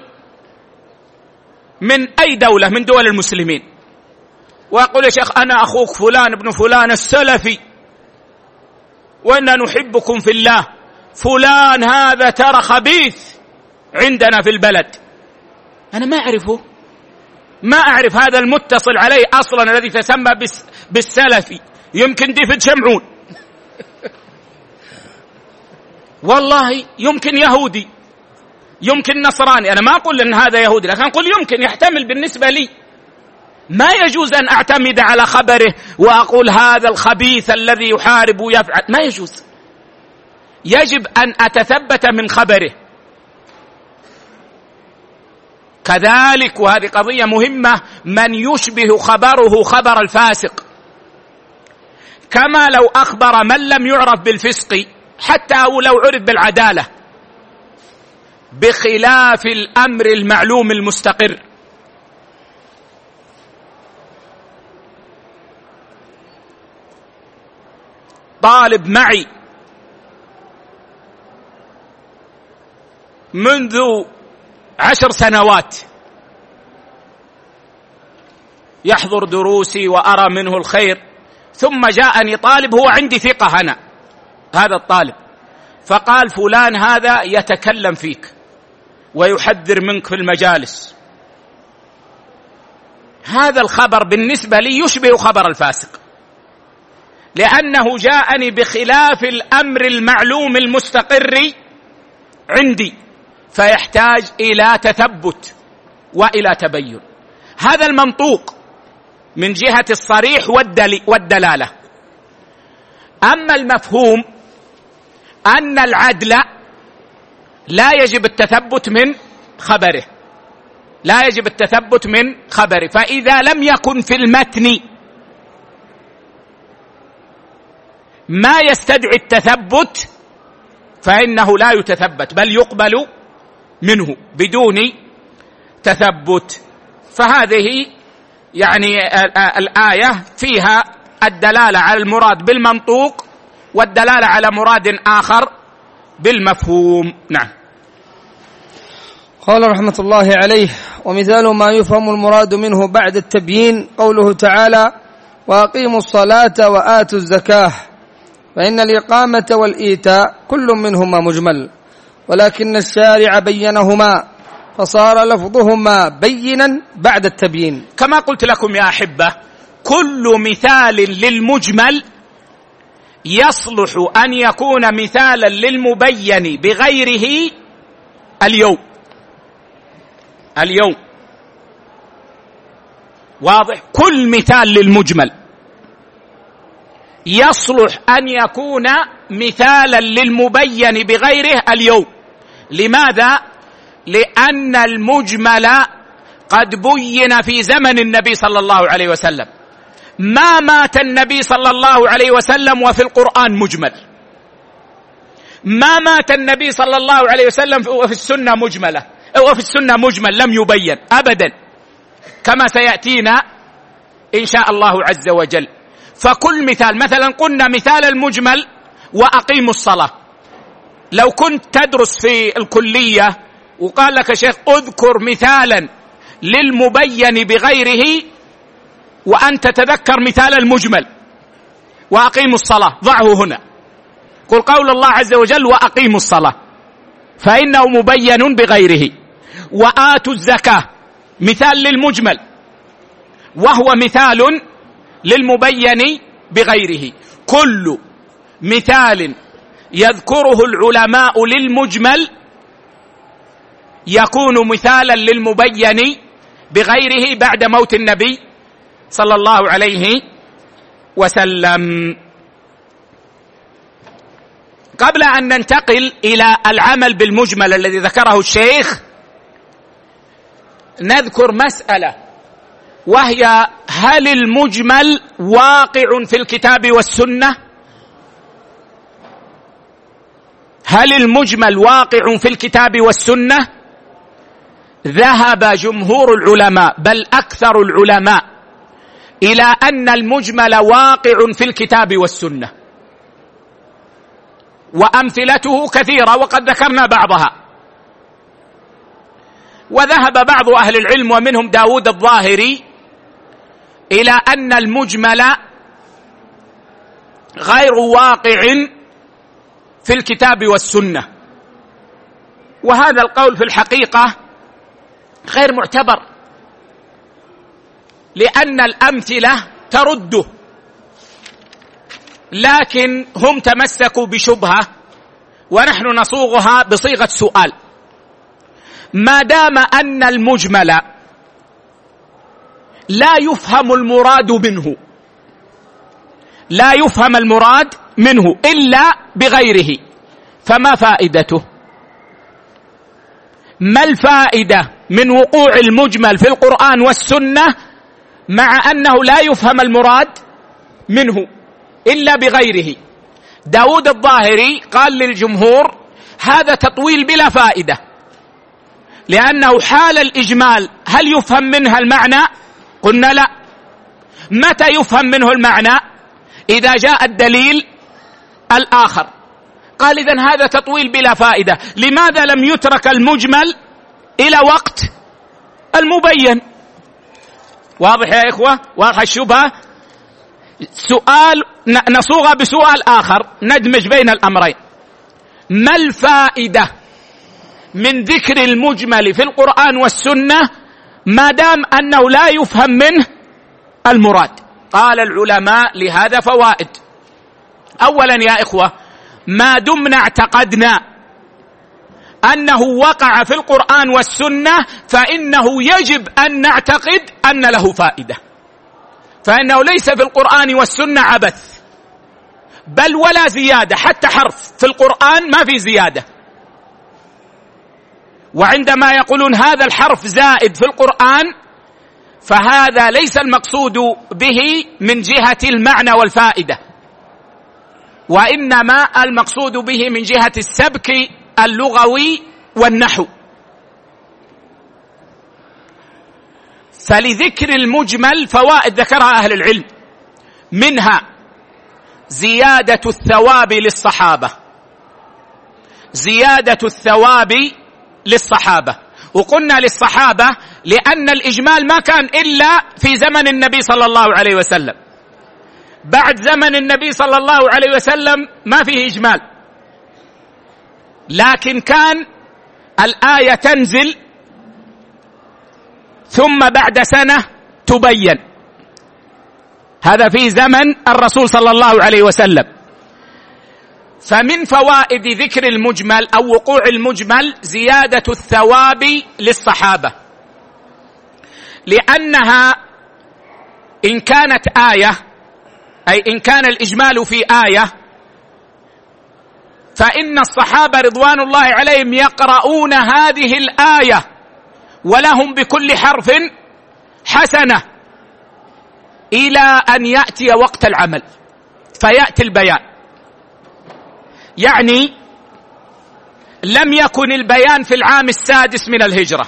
من أي دولة من دول المسلمين ويقول: يا شيخ أنا أخوك فلان ابن فلان السلفي وإنا نحبكم في الله، فلان هذا ترى خبيث عندنا في البلد. أنا ما أعرفه، ما أعرف هذا المتصل عليه أصلا الذي تسمى بالسلفي، يمكن ديفيد شمعون والله يمكن يهودي، يمكن نصراني. أنا ما أقول أن هذا يهودي، لكن أقول يمكن يحتمل بالنسبة لي. ما يجوز أن أعتمد على خبره وأقول هذا الخبيث الذي يحارب ويفعل، ما يجوز. يجب أن أتثبت من خبره. كذلك، وهذه قضية مهمة، من يشبه خبره خبر الفاسق، كما لو أخبر من لم يعرف بالفسق حتى لو عرف بالعدالة بخلاف الأمر المعلوم المستقر. طالب معي منذ 10 سنوات يحضر دروسي وأرى منه الخير، ثم جاءني طالب هو عندي ثقة أنا هذا الطالب، فقال: فلان هذا يتكلم فيك ويحذر منك في المجالس. هذا الخبر بالنسبة لي يشبه خبر الفاسق، لأنه جاءني بخلاف الأمر المعلوم المستقر عندي، فيحتاج إلى تثبت وإلى تبين. هذا المنطوق من جهة الصريح والدلالة. أما المفهوم أن العدل لا يجب التثبت من خبره، لا يجب التثبت من خبره، فإذا لم يكن في المتن ما يستدعي التثبت فإنه لا يتثبت، بل يقبل منه بدون تثبت. فهذه يعني الآية فيها الدلالة على المراد بالمنطوق والدلالة على مراد آخر بالمفهوم. نعم. قال رحمة الله عليه: ومثال ما يفهم المراد منه بعد التبيين قوله تعالى: وأقيموا الصلاة وآتوا الزكاة، فإن الإقامة والإيتاء كل منهما مجمل، ولكن الشارع بينهما فصار لفظهما بينا بعد التبيين. كما قلت لكم يا أحبة، كل مثال للمجمل يصلح أن يكون مثالا للمبين بغيره اليوم. واضح؟ كل مثال للمجمل يصلح أن يكون مثالا للمبين بغيره اليوم. لماذا؟ لأن المجمل قد بين في زمن النبي صلى الله عليه وسلم، ما مات النبي صلى الله عليه وسلم وفي القرآن مجمل، ما مات النبي صلى الله عليه وسلم وفي السنة مجملة، وفي السنة مجمل لم يبين أبدا، كما سيأتينا إن شاء الله عز وجل. فكل مثال، مثلا قلنا مثال المجمل وأقيموا الصلاة، لو كنت تدرس في الكلية وقال لك شيخ اذكر مثالا للمبين بغيره وأنت تذكر مثال المجمل وأقيموا الصلاة، ضعه هنا، قل قول الله عز وجل وأقيموا الصلاة فإنه مبين بغيره، وآتوا الزكاة مثال للمجمل وهو مثال للمبين بغيره. كل مثال يذكره العلماء للمجمل يكون مثالا للمبين بغيره بعد موت النبي صلى الله عليه وسلم. قبل أن ننتقل إلى العمل بالمجمل الذي ذكره الشيخ، نذكر مسألة، وهي: هل المجمل واقع في الكتاب والسنة؟ هل المجمل واقع في الكتاب والسنة؟ ذهب جمهور العلماء بل أكثر العلماء إلى أن المجمل واقع في الكتاب والسنة، وأمثلته كثيرة وقد ذكرنا بعضها. وذهب بعض أهل العلم ومنهم داود الظاهري إلى أن المجمل غير واقع في الكتاب والسنة، وهذا القول في الحقيقة غير معتبر، لأن الأمثلة ترده، لكن هم تمسكوا بشبهة ونحن نصوغها بصيغة سؤال: ما دام أن المجمل لا يفهم المراد منه، لا يفهم المراد منه إلا بغيره، فما فائدته؟ ما الفائدة من وقوع المجمل في القرآن والسنة مع أنه لا يفهم المراد منه إلا بغيره؟ داود الظاهري قال للجمهور: هذا تطويل بلا فائدة، لأنه حال الإجمال هل يفهم منها المعنى؟ قلنا لا. متى يفهم منه المعنى؟ إذا جاء الدليل الآخر. قال: إذن هذا تطويل بلا فائدة. لماذا لم يترك المجمل إلى وقت المبين؟ واضح يا إخوة؟ واضح الشبهة؟ سؤال نصوغ بسؤال آخر ندمج بين الأمرين: ما الفائدة من ذكر المجمل في القرآن والسنة ما دام أنه لا يفهم منه المراد؟ قال العلماء: لهذا فوائد. أولا يا إخوة، ما دمنا اعتقدنا أنه وقع في القرآن والسنة فإنه يجب أن نعتقد أن له فائدة، فإنه ليس في القرآن والسنة عبث بل ولا زيادة، حتى حرف في القرآن ما في زيادة. وعندما يقولون هذا الحرف زائد في القرآن فهذا ليس المقصود به من جهة المعنى والفائدة، وإنما المقصود به من جهة السبك اللغوي والنحو. فلذكر المجمل فوائد ذكرها أهل العلم، منها زيادة الثواب للصحابة، زيادة الثواب للصحابة. وقلنا للصحابة لأن الإجمال ما كان إلا في زمن النبي صلى الله عليه وسلم. بعد زمن النبي صلى الله عليه وسلم ما فيه إجمال، لكن كان الآية تنزل ثم بعد سنة تبين. هذا في زمن الرسول صلى الله عليه وسلم. فمن فوائد ذكر المجمل أو وقوع المجمل زيادة الثواب للصحابة، لأنها إن كانت آية، أي إن كان الإجمال في آية، فإن الصحابة رضوان الله عليهم يقرؤون هذه الآية ولهم بكل حرف حسنة إلى أن يأتي وقت العمل فيأتي البيان. يعني لم يكن البيان في العام 6 من الهجرة،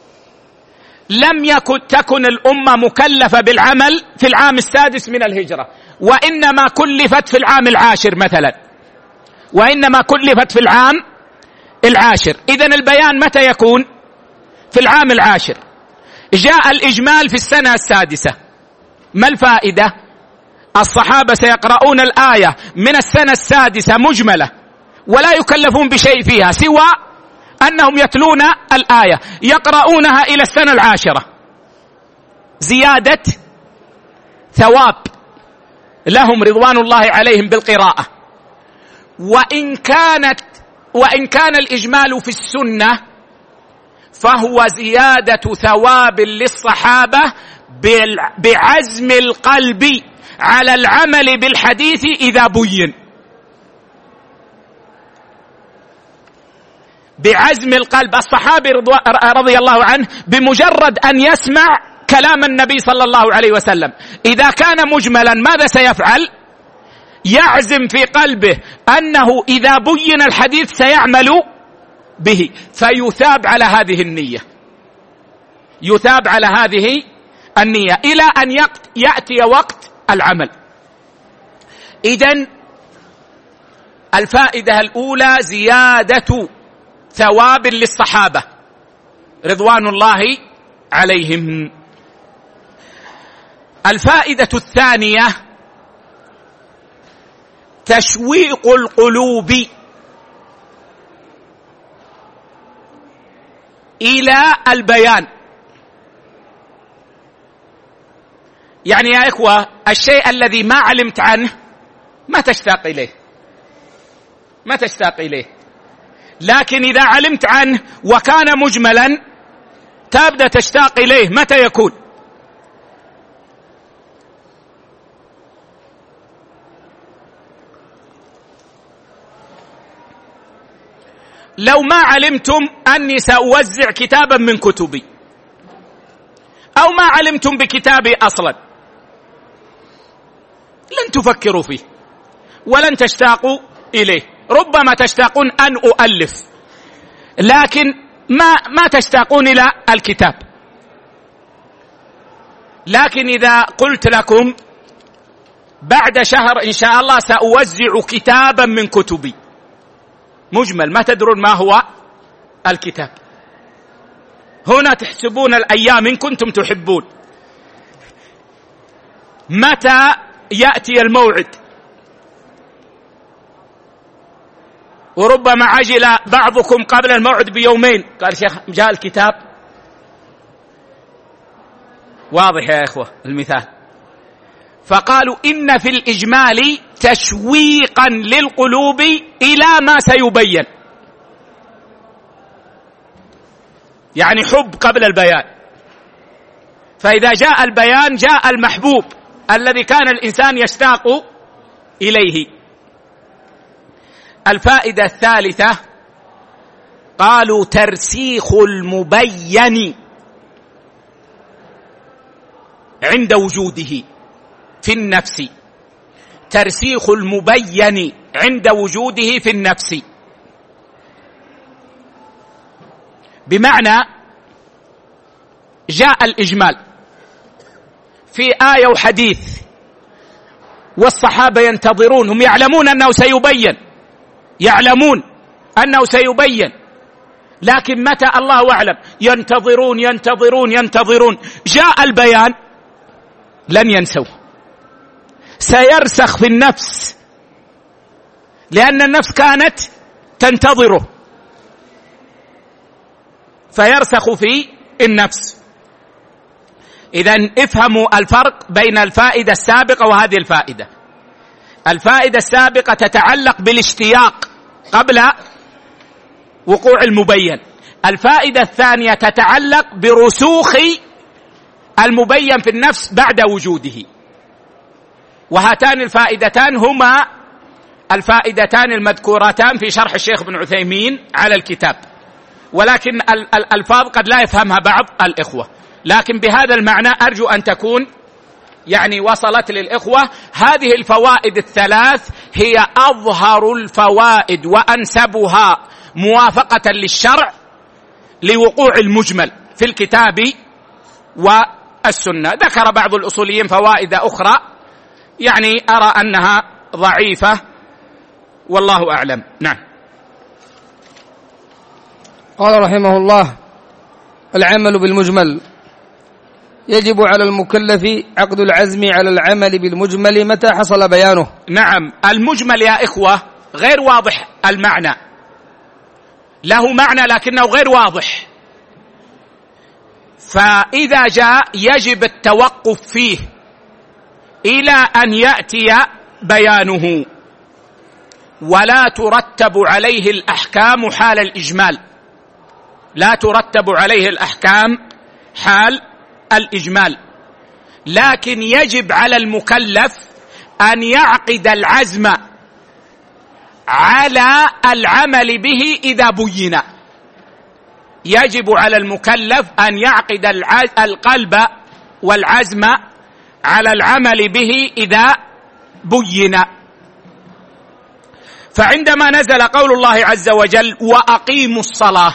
لم تكن الأمة مكلفة بالعمل في العام 6 من الهجرة، وإنما كلفت في العام 10 مثلا، وإنما كلفت في العام 10. إذن البيان متى يكون؟ في العام 10. جاء الإجمال في السنة 6. ما الفائدة؟ الصحابة سيقرؤون الآية من السنة 6 مجملة ولا يكلفون بشيء فيها سوى أنهم يتلون الآية، يقرؤونها إلى السنة 10. زيادة ثواب لهم رضوان الله عليهم بالقراءة. وإن كان الإجمال في السنة فهو زيادة ثواب للصحابة بعزم القلب على العمل بالحديث إذا بين، بعزم القلب. الصحابي رضي الله عنه بمجرد أن يسمع كلام النبي صلى الله عليه وسلم إذا كان مجملا ماذا سيفعل؟ يعزم في قلبه أنه إذا بين الحديث سيعمل به، فيثاب على هذه النية، يثاب على هذه النية إلى أن يأتي وقت العمل. إذن الفائدة الأولى زيادة ثواب للصحابة رضوان الله عليهم. الفائدة الثانية تشويق القلوب إلى البيان. يعني يا إخوة الشيء الذي ما علمت عنه ما تشتاق إليه، ما تشتاق إليه، لكن إذا علمت عنه وكان مجملا تبدأ تشتاق إليه. متى يكون؟ لو ما علمتم أني سأوزع كتابا من كتبي، أو ما علمتم بكتابي أصلا، لن تفكروا فيه ولن تشتاقوا إليه. ربما تشتاقون أن أؤلف، لكن ما تشتاقون إلى الكتاب. لكن إذا قلت لكم بعد شهر إن شاء الله سأوزع كتابا من كتبي مجمل، ما تدرون ما هو الكتاب، هنا تحسبون الأيام إن كنتم تحبون متى يأتي الموعد. وربما عجل بعضكم قبل الموعد بيومين، قال شيخ جاء الكتاب. واضح يا إخوة المثال. فقالوا إن في الإجمال تشويقا للقلوب إلى ما سيبين، يعني حب قبل البيان. فإذا جاء البيان جاء المحبوب الذي كان الإنسان يشتاق إليه. الفائدة الثالثة قالوا ترسيخ المبين عند وجوده في النفس، ترسيخ المبين عند وجوده في النفس، بمعنى جاء الإجمال في آية وحديث والصحابة ينتظرون، هم يعلمون أنه سيبين، يعلمون أنه سيبين، لكن متى الله أعلم، ينتظرون ينتظرون ينتظرون. جاء البيان لن ينسوه، سيرسخ في النفس، لأن النفس كانت تنتظره، فيرسخ في النفس. إذن افهموا الفرق بين الفائدة السابقة وهذه الفائدة. الفائدة السابقة تتعلق بالاشتياق قبل وقوع المبين، الفائدة الثانية تتعلق برسوخ المبين في النفس بعد وجوده. وهاتان الفائدتان هما الفائدتان المذكورتان في شرح الشيخ ابن عثيمين على الكتاب، ولكن الألفاظ قد لا يفهمها بعض الإخوة، لكن بهذا المعنى أرجو أن تكون وصلت للإخوة. هذه الفوائد الثلاث هي أظهر الفوائد وأنسبها موافقة للشرع لوقوع المجمل في الكتاب والسنة. ذكر بعض الأصوليين فوائد أخرى أرى أنها ضعيفة، والله أعلم. نعم. قال رحمه الله: العمل بالمجمل. يجب على المكلف عقد العزم على العمل بالمجمل متى حصل بيانه. نعم، المجمل يا إخوة غير واضح المعنى، له معنى لكنه غير واضح، فإذا جاء يجب التوقف فيه إلى أن يأتي بيانه، ولا ترتب عليه الأحكام حال الإجمال، لا ترتب عليه الأحكام حال الإجمال، لكن يجب على المكلف أن يعقد العزم على العمل به إذا بين. يجب على المكلف أن يعقد القلب والعزم على العمل به إذا بين. فعندما نزل قول الله عز وجل: وأقيموا الصلاة،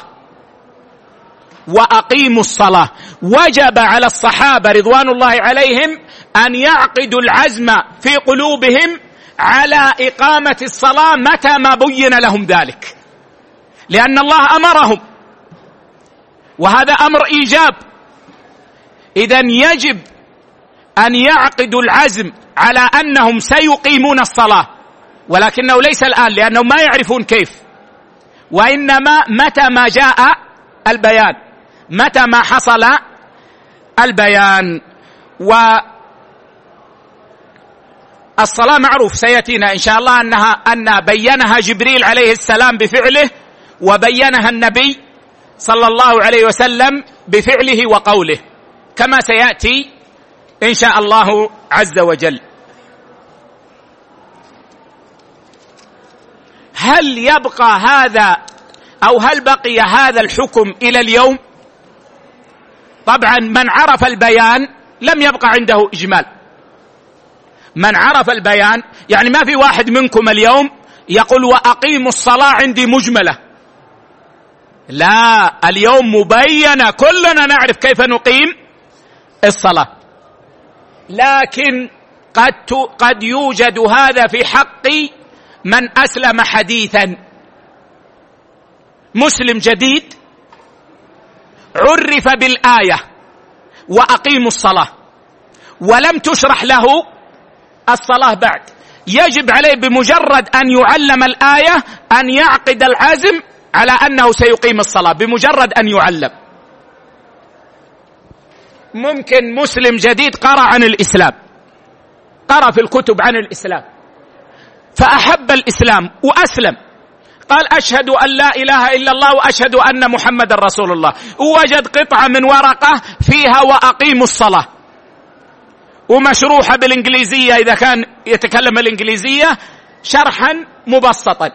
وأقيموا الصلاة، وجب على الصحابة رضوان الله عليهم أن يعقدوا العزم في قلوبهم على إقامة الصلاة متى ما بين لهم ذلك، لأن الله أمرهم، وهذا أمر إيجاب. إذن يجب أن يعقدوا العزم على أنهم سيقيمون الصلاة، ولكنه ليس الآن لأنهم ما يعرفون كيف، وإنما متى ما جاء البيان، متى ما حصل البيان. والصلاة معروف سيأتينا إن شاء الله أن بينها جبريل عليه السلام بفعله، وبينها النبي صلى الله عليه وسلم بفعله وقوله، كما سيأتي إن شاء الله عز وجل. هل يبقى هذا أو هل بقي هذا الحكم إلى اليوم؟ طبعا من عرف البيان لم يبقى عنده إجمال. من عرف البيان ما في واحد منكم اليوم يقول وأقيموا الصلاة عندي مجملة، لا، اليوم مبينة، كلنا نعرف كيف نقيم الصلاة، لكن قد يوجد هذا في حق من أسلم حديثا، مسلم جديد عرف بالآية وأقيموا الصلاة ولم تشرح له الصلاة بعد، يجب عليه بمجرد أن يعلم الآية أن يعقد العزم على أنه سيقيم الصلاة، بمجرد أن يعلم. ممكن مسلم جديد قرأ عن الإسلام، قرأ في الكتب عن الإسلام فأحب الإسلام وأسلم، قال أشهد أن لا إله إلا الله وأشهد أن محمد رسول الله، ووجد قطعة من ورقة فيها وأقيموا الصلاة، ومشروحة بالإنجليزية إذا كان يتكلم الإنجليزية شرحا مبسطا،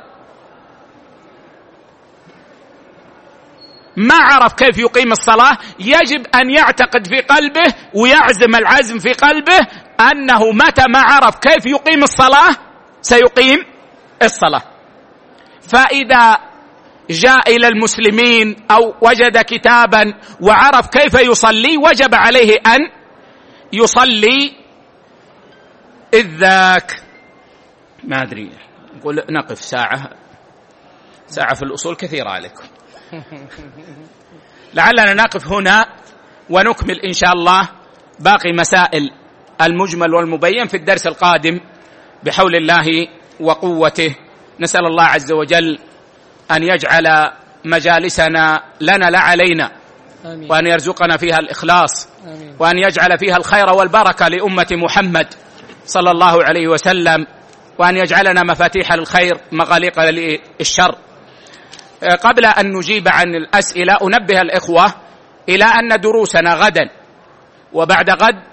ما عرف كيف يقيم الصلاة. يجب أن يعتقد في قلبه ويعزم العزم في قلبه أنه متى ما عرف كيف يقيم الصلاة سيقيم الصلاة. فإذا جاء إلى المسلمين أو وجد كتابا وعرف كيف يصلي، وجب عليه أن يصلي إذ ذاك ما أدري، نقول نقف ساعة في الأصول كثيرة عليكم. لعلنا نقف هنا ونكمل إن شاء الله باقي مسائل المجمل والمبين في الدرس القادم بحول الله وقوته. نسأل الله عز وجل أن يجعل مجالسنا لنا لا علينا، وأن يرزقنا فيها الإخلاص، وأن يجعل فيها الخير والبركة لأمة محمد صلى الله عليه وسلم، وأن يجعلنا مفاتيح للخير مغاليق للشر. قبل أن نجيب عن الأسئلة أنبه الإخوة إلى أن دروسنا غدا وبعد غد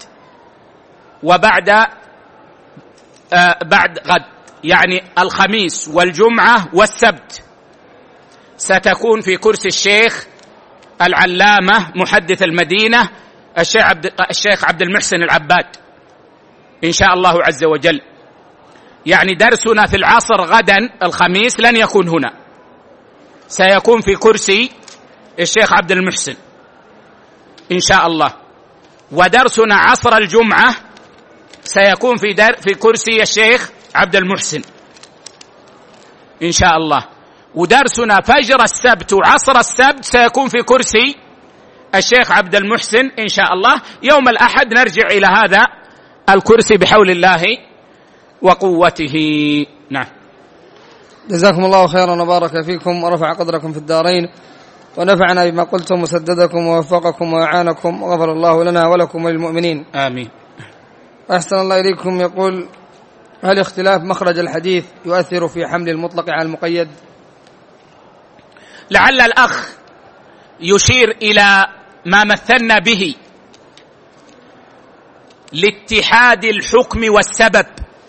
بعد غد، يعني الخميس والجمعة والسبت، ستكون في كرسي الشيخ العلامة محدث المدينة الشيخ عبد المحسن العباد إن شاء الله عز وجل. يعني درسنا في العصر غدا الخميس لن يكون هنا، سيكون في كرسي الشيخ عبد المحسن إن شاء الله، ودرسنا عصر الجمعة سيكون في كرسي الشيخ عبد المحسن إن شاء الله، ودرسنا فجر السبت وعصر السبت سيكون في كرسي الشيخ عبد المحسن إن شاء الله. يوم الأحد نرجع إلى هذا الكرسي بحول الله وقوته. نعم. جزاكم الله خيرا وبارك فيكم ورفع قدركم في الدارين، ونفعنا بما قلتم وسددكم ووفقكم وأعانكم، وغفر الله لنا ولكم وللمؤمنين. آمين. أحسن الله إليكم. يقول: هل اختلاف مخرج الحديث يؤثر في حمل المطلق على المقيد؟ لعل الأخ يشير إلى ما مثلنا به لاتحاد الحكم والسبب،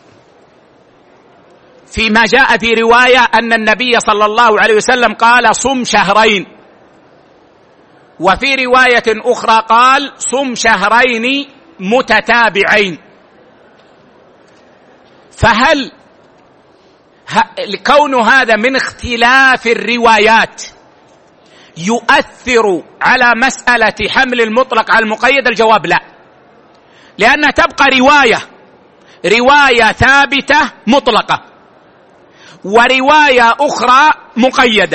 فيما جاء في رواية أن النبي صلى الله عليه وسلم قال: صم شهرين، وفي رواية أخرى قال: صم شهرين متتابعين. فهل كون هذا من اختلاف الروايات يؤثر على مسألة حمل المطلق على المقيد؟ الجواب لا، لأنها تبقى رواية ثابتة مطلقة ورواية أخرى مقيدة،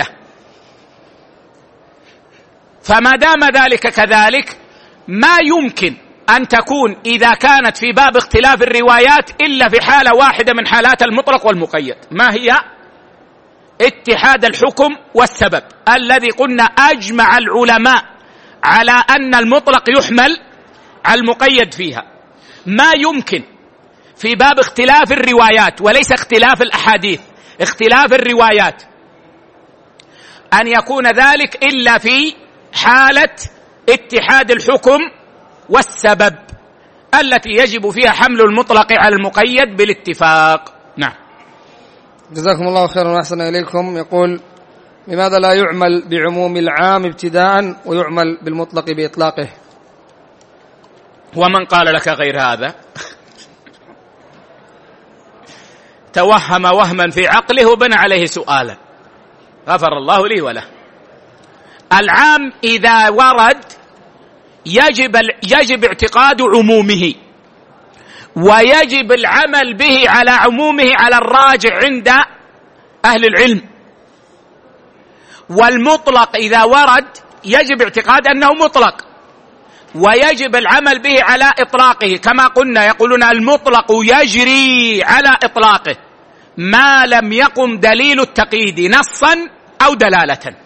فما دام ذلك كذلك ما يمكن أن تكون إذا كانت في باب اختلاف الروايات إلا في حالة واحدة من حالات المطلق والمقيد. ما هي؟ اتحاد الحكم والسبب، الذي قلنا أجمع العلماء على أن المطلق يحمل على المقيد فيها. ما يمكن في باب اختلاف الروايات، وليس اختلاف الأحاديث، اختلاف الروايات، أن يكون ذلك إلا في حالة اتحاد الحكم والسبب التي يجب فيها حمل المطلق على المقيد بالاتفاق. نعم. جزاكم الله خيرا وأحسن إليكم. يقول: لماذا لا يعمل بعموم العام ابتداء ويعمل بالمطلق بإطلاقه؟ ومن قال لك غير هذا؟ توهم وهما في عقله وبنى عليه سؤالا، غفر الله لي وله. العام إذا ورد يجب اعتقاد عمومه، ويجب العمل به على عمومه على الراجع عند أهل العلم. والمطلق إذا ورد يجب اعتقاد أنه مطلق، ويجب العمل به على إطلاقه، كما قلنا يقولون المطلق يجري على إطلاقه ما لم يقم دليل التقييد نصا أو دلالة.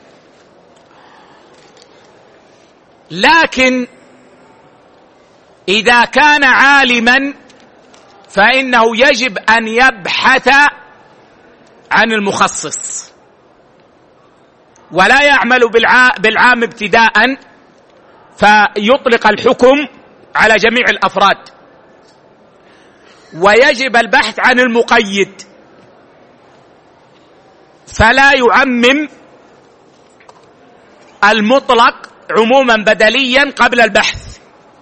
لكن إذا كان عالما فإنه يجب أن يبحث عن المخصص، ولا يعمل بالعام ابتداء فيطلق الحكم على جميع الأفراد، ويجب البحث عن المقيد فلا يعمم المطلق عموما بدليا قبل البحث.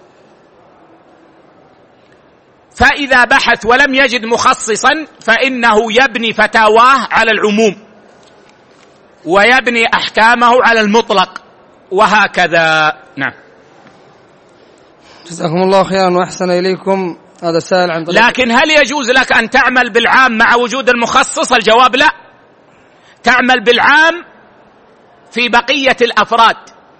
فإذا بحث ولم يجد مخصصا فإنه يبني فتاواه على العموم ويبني أحكامه على المطلق، وهكذا. نعم. جزاكم الله خيرا وأحسن إليكم. هذا سائل عن طريق. لكن هل يجوز لك أن تعمل بالعام مع وجود المخصص؟ الجواب لا. تعمل بالعام في بقية الأفراد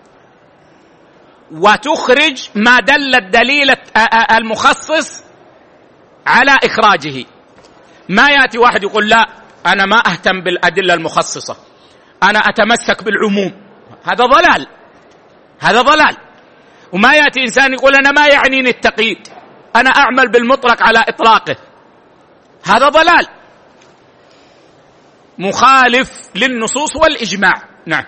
وتخرج ما دل الدليل المخصص على إخراجه. ما يأتي واحد يقول لا أنا ما أهتم بالأدلة المخصصة، أنا أتمسك بالعموم. هذا ضلال، هذا ضلال. وما يأتي إنسان يقول أنا ما يعنيني التقييد، أنا أعمل بالمطلق على إطلاقه. هذا ضلال مخالف للنصوص والإجماع. نعم.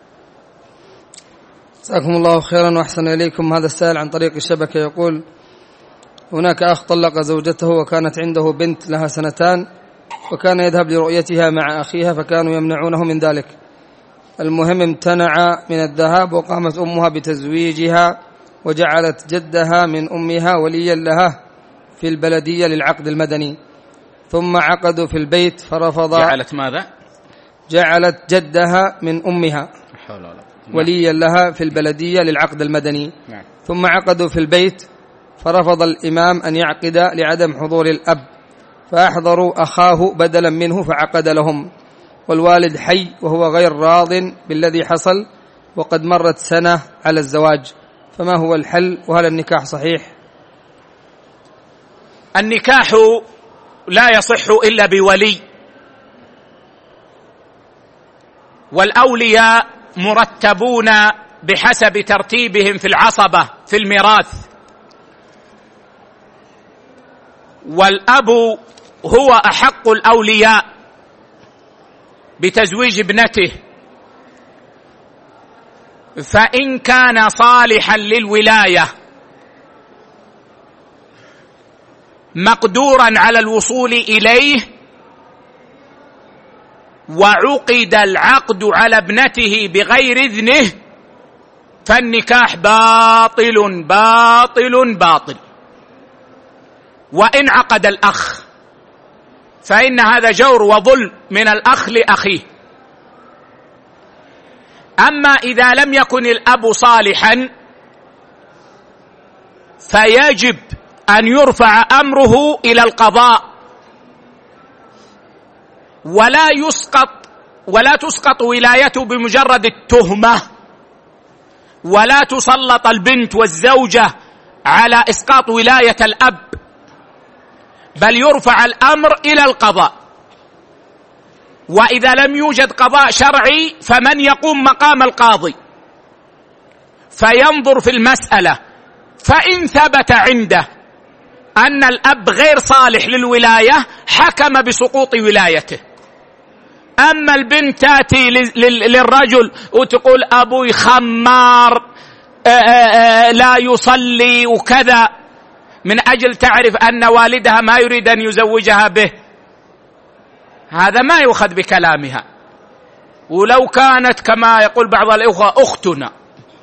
جزاكم الله خيرا وأحسن إليكم. هذا السائل عن طريق الشبكة يقول: هناك أخ طلق زوجته وكانت عنده بنت لها 2 سنين، وكان يذهب لرؤيتها مع أخيها فكانوا يمنعونه من ذلك. المهم امتنع من الذهاب، وقامت أمها بتزويجها وجعلت جدها من أمها وليا لها في البلدية للعقد المدني، ثم عقدوا في البيت فرفض. جعلت ماذا؟ جعلت جدها من أمها وليا لها في البلدية للعقد المدني. ثم عقدوا في البيت فرفض الإمام أن يعقد لعدم حضور الأب، فأحضروا أخاه بدلا منه فعقد لهم، والوالد حي وهو غير راض بالذي حصل، وقد مرت 1 سنة على الزواج، فما هو الحل؟ وهل النكاح صحيح؟ النكاح لا يصح إلا بولي، والأولياء مرتبون بحسب ترتيبهم في العصبة في الميراث، والأب هو أحق الأولياء بتزويج ابنته، فإن كان صالحا للولاية مقدورا على الوصول إليه وعقد العقد على ابنته بغير إذنه فالنكاح باطل باطل باطل. وإن عقد الأخ فإن هذا جور وظلم من الأخ لأخيه. أما إذا لم يكن الأب صالحا فيجب أن يرفع أمره إلى القضاء، ولا تسقط ولايته بمجرد التهمة، ولا تسلط البنت والزوجة على إسقاط ولاية الأب، بل يرفع الأمر إلى القضاء. وإذا لم يوجد قضاء شرعي فمن يقوم مقام القاضي فينظر في المسألة، فإن ثبت عنده أن الأب غير صالح للولاية حكم بسقوط ولايته. أما البنت تأتي للرجل وتقول أبوي خمار لا يصلي وكذا، من أجل تعرف أن والدها ما يريد أن يزوجها به، هذا ما يؤخذ بكلامها، ولو كانت كما يقول بعض الأخوة أختنا.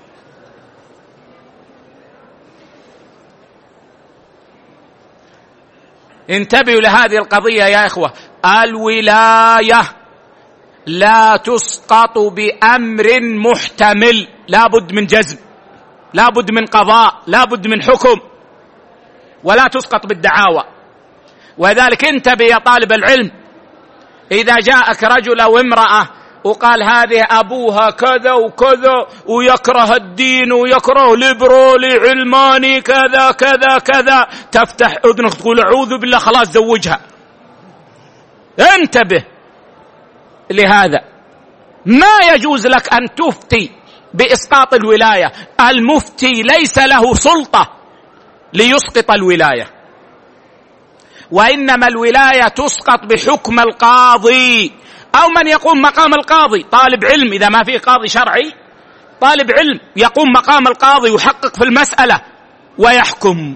انتبهوا لهذه القضية يا إخوة. الولاية لا تسقط بأمر محتمل، لا بد من جزم، لا بد من قضاء، لا بد من حكم، ولا تسقط بالدعاوى. وذلك انتبه يا طالب العلم، إذا جاءك رجل أو امرأة وقال هذه أبوها كذا وكذا ويكره الدين ويكره ليبرالي علماني كذا كذا كذا، تفتح أذنك تقول أعوذ بالله خلاص زوجها. انتبه لهذا، ما يجوز لك أن تفتي بإسقاط الولاية. المفتي ليس له سلطة ليسقط الولاية، وإنما الولاية تسقط بحكم القاضي أو من يقوم مقام القاضي. طالب علم إذا ما فيه قاضي شرعي، طالب علم يقوم مقام القاضي ويحقق في المسألة ويحكم.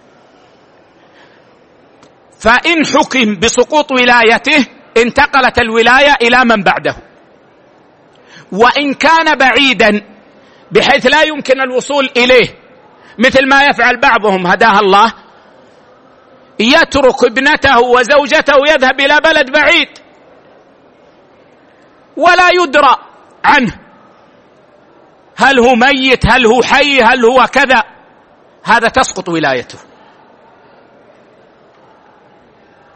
فإن حكم بسقوط ولايته انتقلت الولاية إلى من بعده. وإن كان بعيدا بحيث لا يمكن الوصول إليه، مثل ما يفعل بعضهم هداها الله، يترك ابنته وزوجته ويذهب إلى بلد بعيد ولا يدرى عنه، هل هو ميت، هل هو حي، هل هو كذا، هذا تسقط ولايته.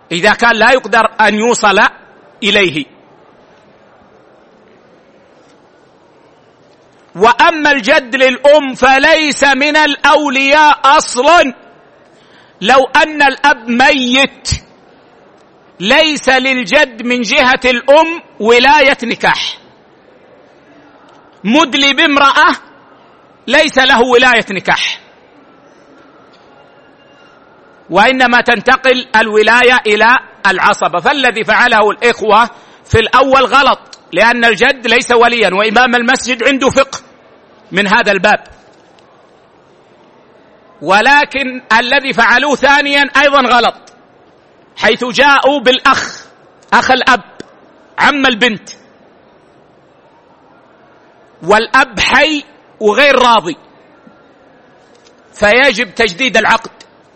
إذا كان لا يقدر أن يوصل إليه. وأما الجد للأم فليس من الأولياء أصلا. لو أن الأب ميت ليس للجد من جهة الأم ولاية نكاح. مدلي بامرأة ليس له ولاية نكاح، وإنما تنتقل الولاية إلى العصبة. فالذي فعله الإخوة في الأول غلط، لأن الجد ليس وليا، وإمام المسجد عنده فقه من هذا الباب. ولكن الذي فعلوه ثانيا أيضا غلط، حيث جاءوا بالأخ، أخ الأب، عم البنت، والأب حي وغير راضي، فيجب تجديد العقد.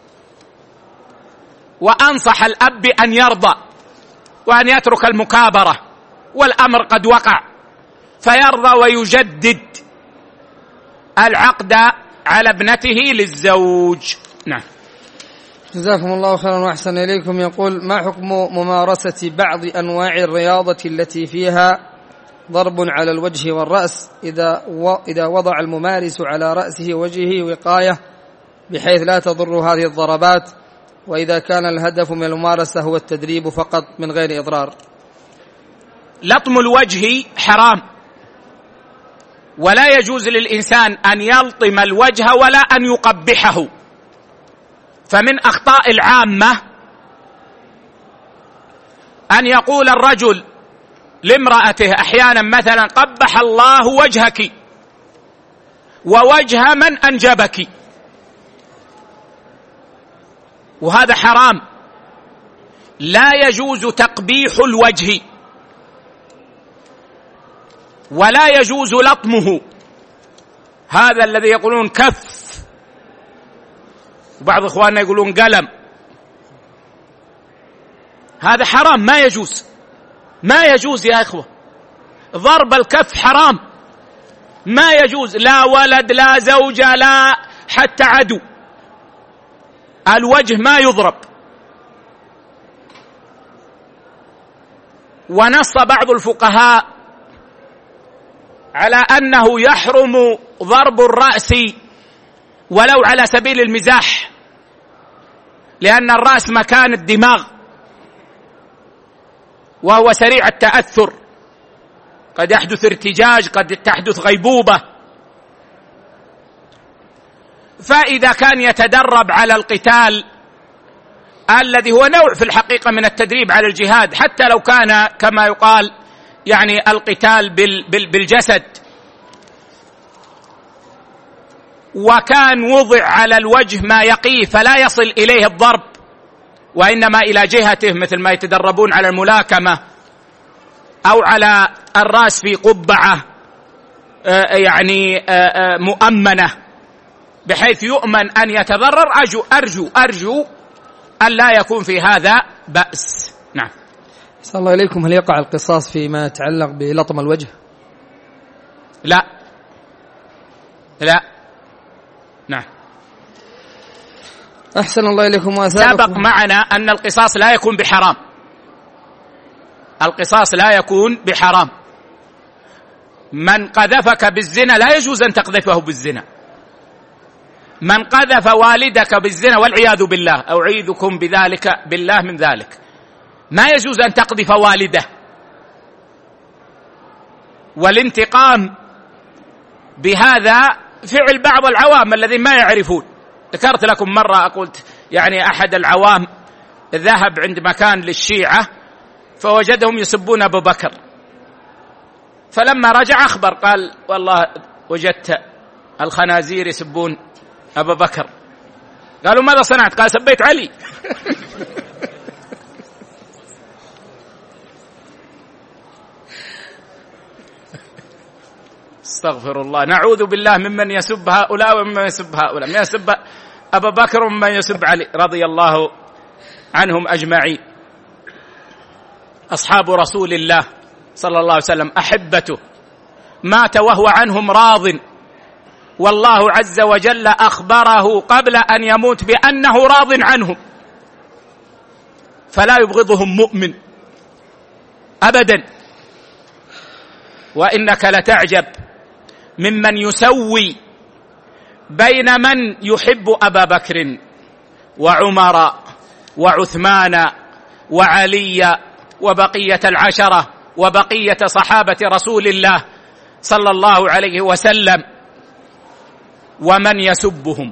وأنصح الأب بأن يرضى وأن يترك المكابرة، والأمر قد وقع، فيرضى ويجدد العقد على ابنته للزوج. نعم. جزاكم الله خيرا وأحسن إليكم. يقول: ما حكم ممارسة بعض أنواع الرياضة التي فيها ضرب على الوجه والرأس إذا وضع الممارس على رأسه ووجهه وقاية بحيث لا تضر هذه الضربات، وإذا كان الهدف من الممارسة هو التدريب فقط من غير إضرار؟ لطم الوجه حرام، ولا يجوز للإنسان أن يلطم الوجه ولا أن يقبحه. فمن أخطاء العامة أن يقول الرجل لامرأته أحيانا مثلا: قبح الله وجهك ووجه من أنجبك، وهذا حرام. لا يجوز تقبيح الوجه، ولا يجوز لطمه. هذا الذي يقولون كف، وبعض إخواننا يقولون قلم، هذا حرام، ما يجوز، ما يجوز يا إخوة. ضرب الكف حرام، ما يجوز، لا ولد لا زوجة لا حتى عدو. الوجه ما يضرب. ونص بعض الفقهاء على أنه يحرم ضرب الرأس ولو على سبيل المزاح، لأن الرأس مكان الدماغ، وهو سريع التأثر، قد يحدث ارتجاج، قد تحدث غيبوبة. فإذا كان يتدرب على القتال الذي هو نوع في الحقيقة من التدريب على الجهاد، حتى لو كان كما يقال يعني القتال بالجسد، وكان وضع على الوجه ما يقيه فلا يصل إليه الضرب، وإنما إلى جهته، مثل ما يتدربون على الملاكمة، أو على الرأس في قبعة يعني مؤمنة بحيث يؤمن أن يتضرر. أرجو أن لا يكون في هذا بأس. نعم. صلى الله إليكم. هل يقع القصاص فيما يتعلق بلطم الوجه؟ لا. نعم. أحسن الله إليكم وأثابكم. سبق معنا أن القصاص لا يكون بحرام، القصاص لا يكون بحرام. من قذفك بالزنا لا يجوز أن تقذفه بالزنا. من قذف والدك بالزنا والعياذ بالله، أعيذكم بذلك بالله من ذلك، ما يجوز أن تقذف والده. والانتقام بهذا فعل بعض العوام الذين ما يعرفون. ذكرت لكم مرة، قلت يعني أحد العوام ذهب عند مكان للشيعة فوجدهم يسبون أبو بكر، فلما رجع أخبر قال: والله وجدت الخنازير يسبون أبا بكر. قالوا: ماذا صنعت؟ قال: سبيت علي. استغفر الله، نعوذ بالله ممن يسب هؤلاء وممن يسب هؤلاء، من يسب أبا بكر ومن يسب علي رضي الله عنهم أجمعين. أصحاب رسول الله صلى الله عليه وسلم أحبته، مات وهو عنهم راض، والله عز وجل أخبره قبل أن يموت بأنه راض عنهم. فلا يبغضهم مؤمن أبدا. وإنك لتعجب ممن يسوي بين من يحب أبا بكر وعمر وعثمان وعلي وبقية العشرة وبقية صحابة رسول الله صلى الله عليه وسلم، ومن يسبهم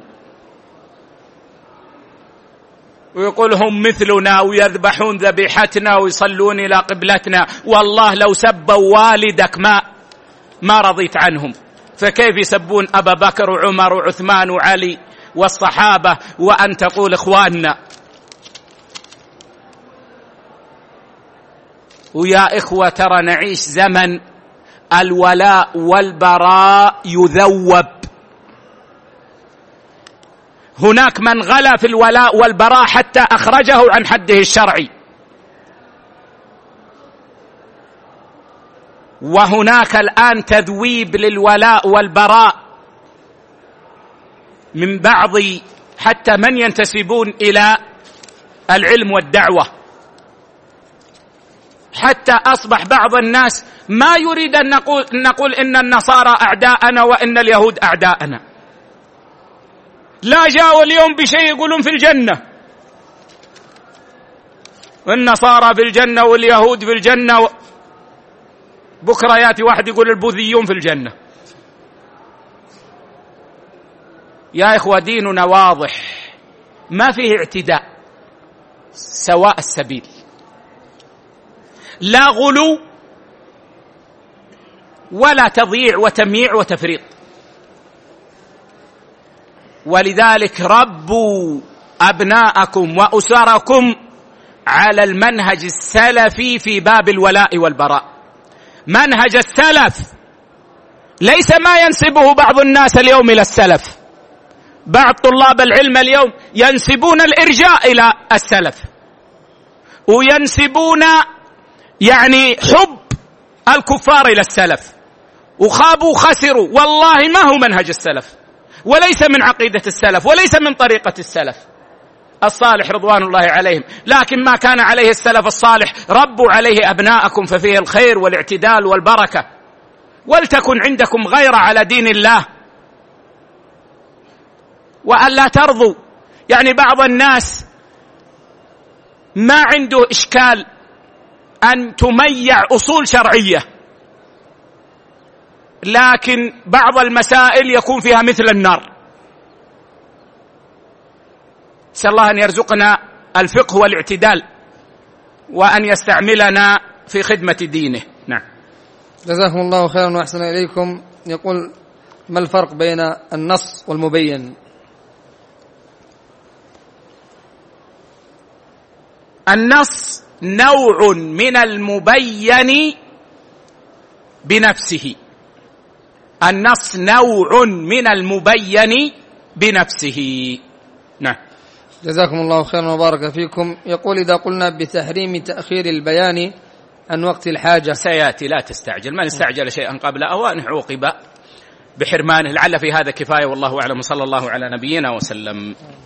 ويقول هم مثلنا ويذبحون ذبيحتنا ويصلون إلى قبلتنا. والله لو سبوا والدك ما رضيت عنهم، فكيف يسبون أبا بكر وعمر وعثمان وعلي والصحابة وأن تقول إخواننا؟ ويا إخوة ترى نعيش زمن الولاء والبراء يذوب. هناك من غلا في الولاء والبراء حتى أخرجه عن حده الشرعي، وهناك الآن تذويب للولاء والبراء من بعض حتى من ينتسبون إلى العلم والدعوة، حتى أصبح بعض الناس ما يريد أن نقول إن النصارى أعداءنا وإن اليهود أعداءنا. لا جاءوا اليوم بشيء يقولون في الجنة، والنصارى في الجنة واليهود في الجنة، بكرة يأتي واحد يقول البوذيون في الجنة. يا إخوة ديننا واضح ما فيه اعتداء، سواء السبيل، لا غلو ولا تضييع وتمييع وتفريط. ولذلك ربوا أبناءكم وأسركم على المنهج السلفي في باب الولاء والبراء. منهج السلف ليس ما ينسبه بعض الناس اليوم إلى السلف. بعض طلاب العلم اليوم ينسبون الإرجاء إلى السلف، وينسبون حب الكفار إلى السلف، وخابوا خسروا. والله ما هو منهج السلف، وليس من عقيدة السلف، وليس من طريقة السلف الصالح رضوان الله عليهم. لكن ما كان عليه السلف الصالح ربوا عليه أبناءكم، ففيه الخير والاعتدال والبركة. ولتكن عندكم غيرة على دين الله، وأن لا ترضوا. بعض الناس ما عنده إشكال أن تميع أصول شرعية، لكن بعض المسائل يكون فيها مثل النار. نسأل الله أن يرزقنا الفقه والاعتدال، وأن يستعملنا في خدمة دينه. نعم. جزاكم الله خيرا وأحسن إليكم. يقول: ما الفرق بين النص والمبين؟ النص نوع من المبين بنفسه. النص نوع من المبين بنفسه. نعم. جزاكم الله خيرا وبارك فيكم. يقول: إذا قلنا بتحريم تأخير البيان عن وقت الحاجة. سيأتي، لا تستعجل. من استعجل شيئا قبل أوانه عوقب بحرمانه. لعل في هذا كفاية، والله أعلم. صلى الله على نبينا وسلم.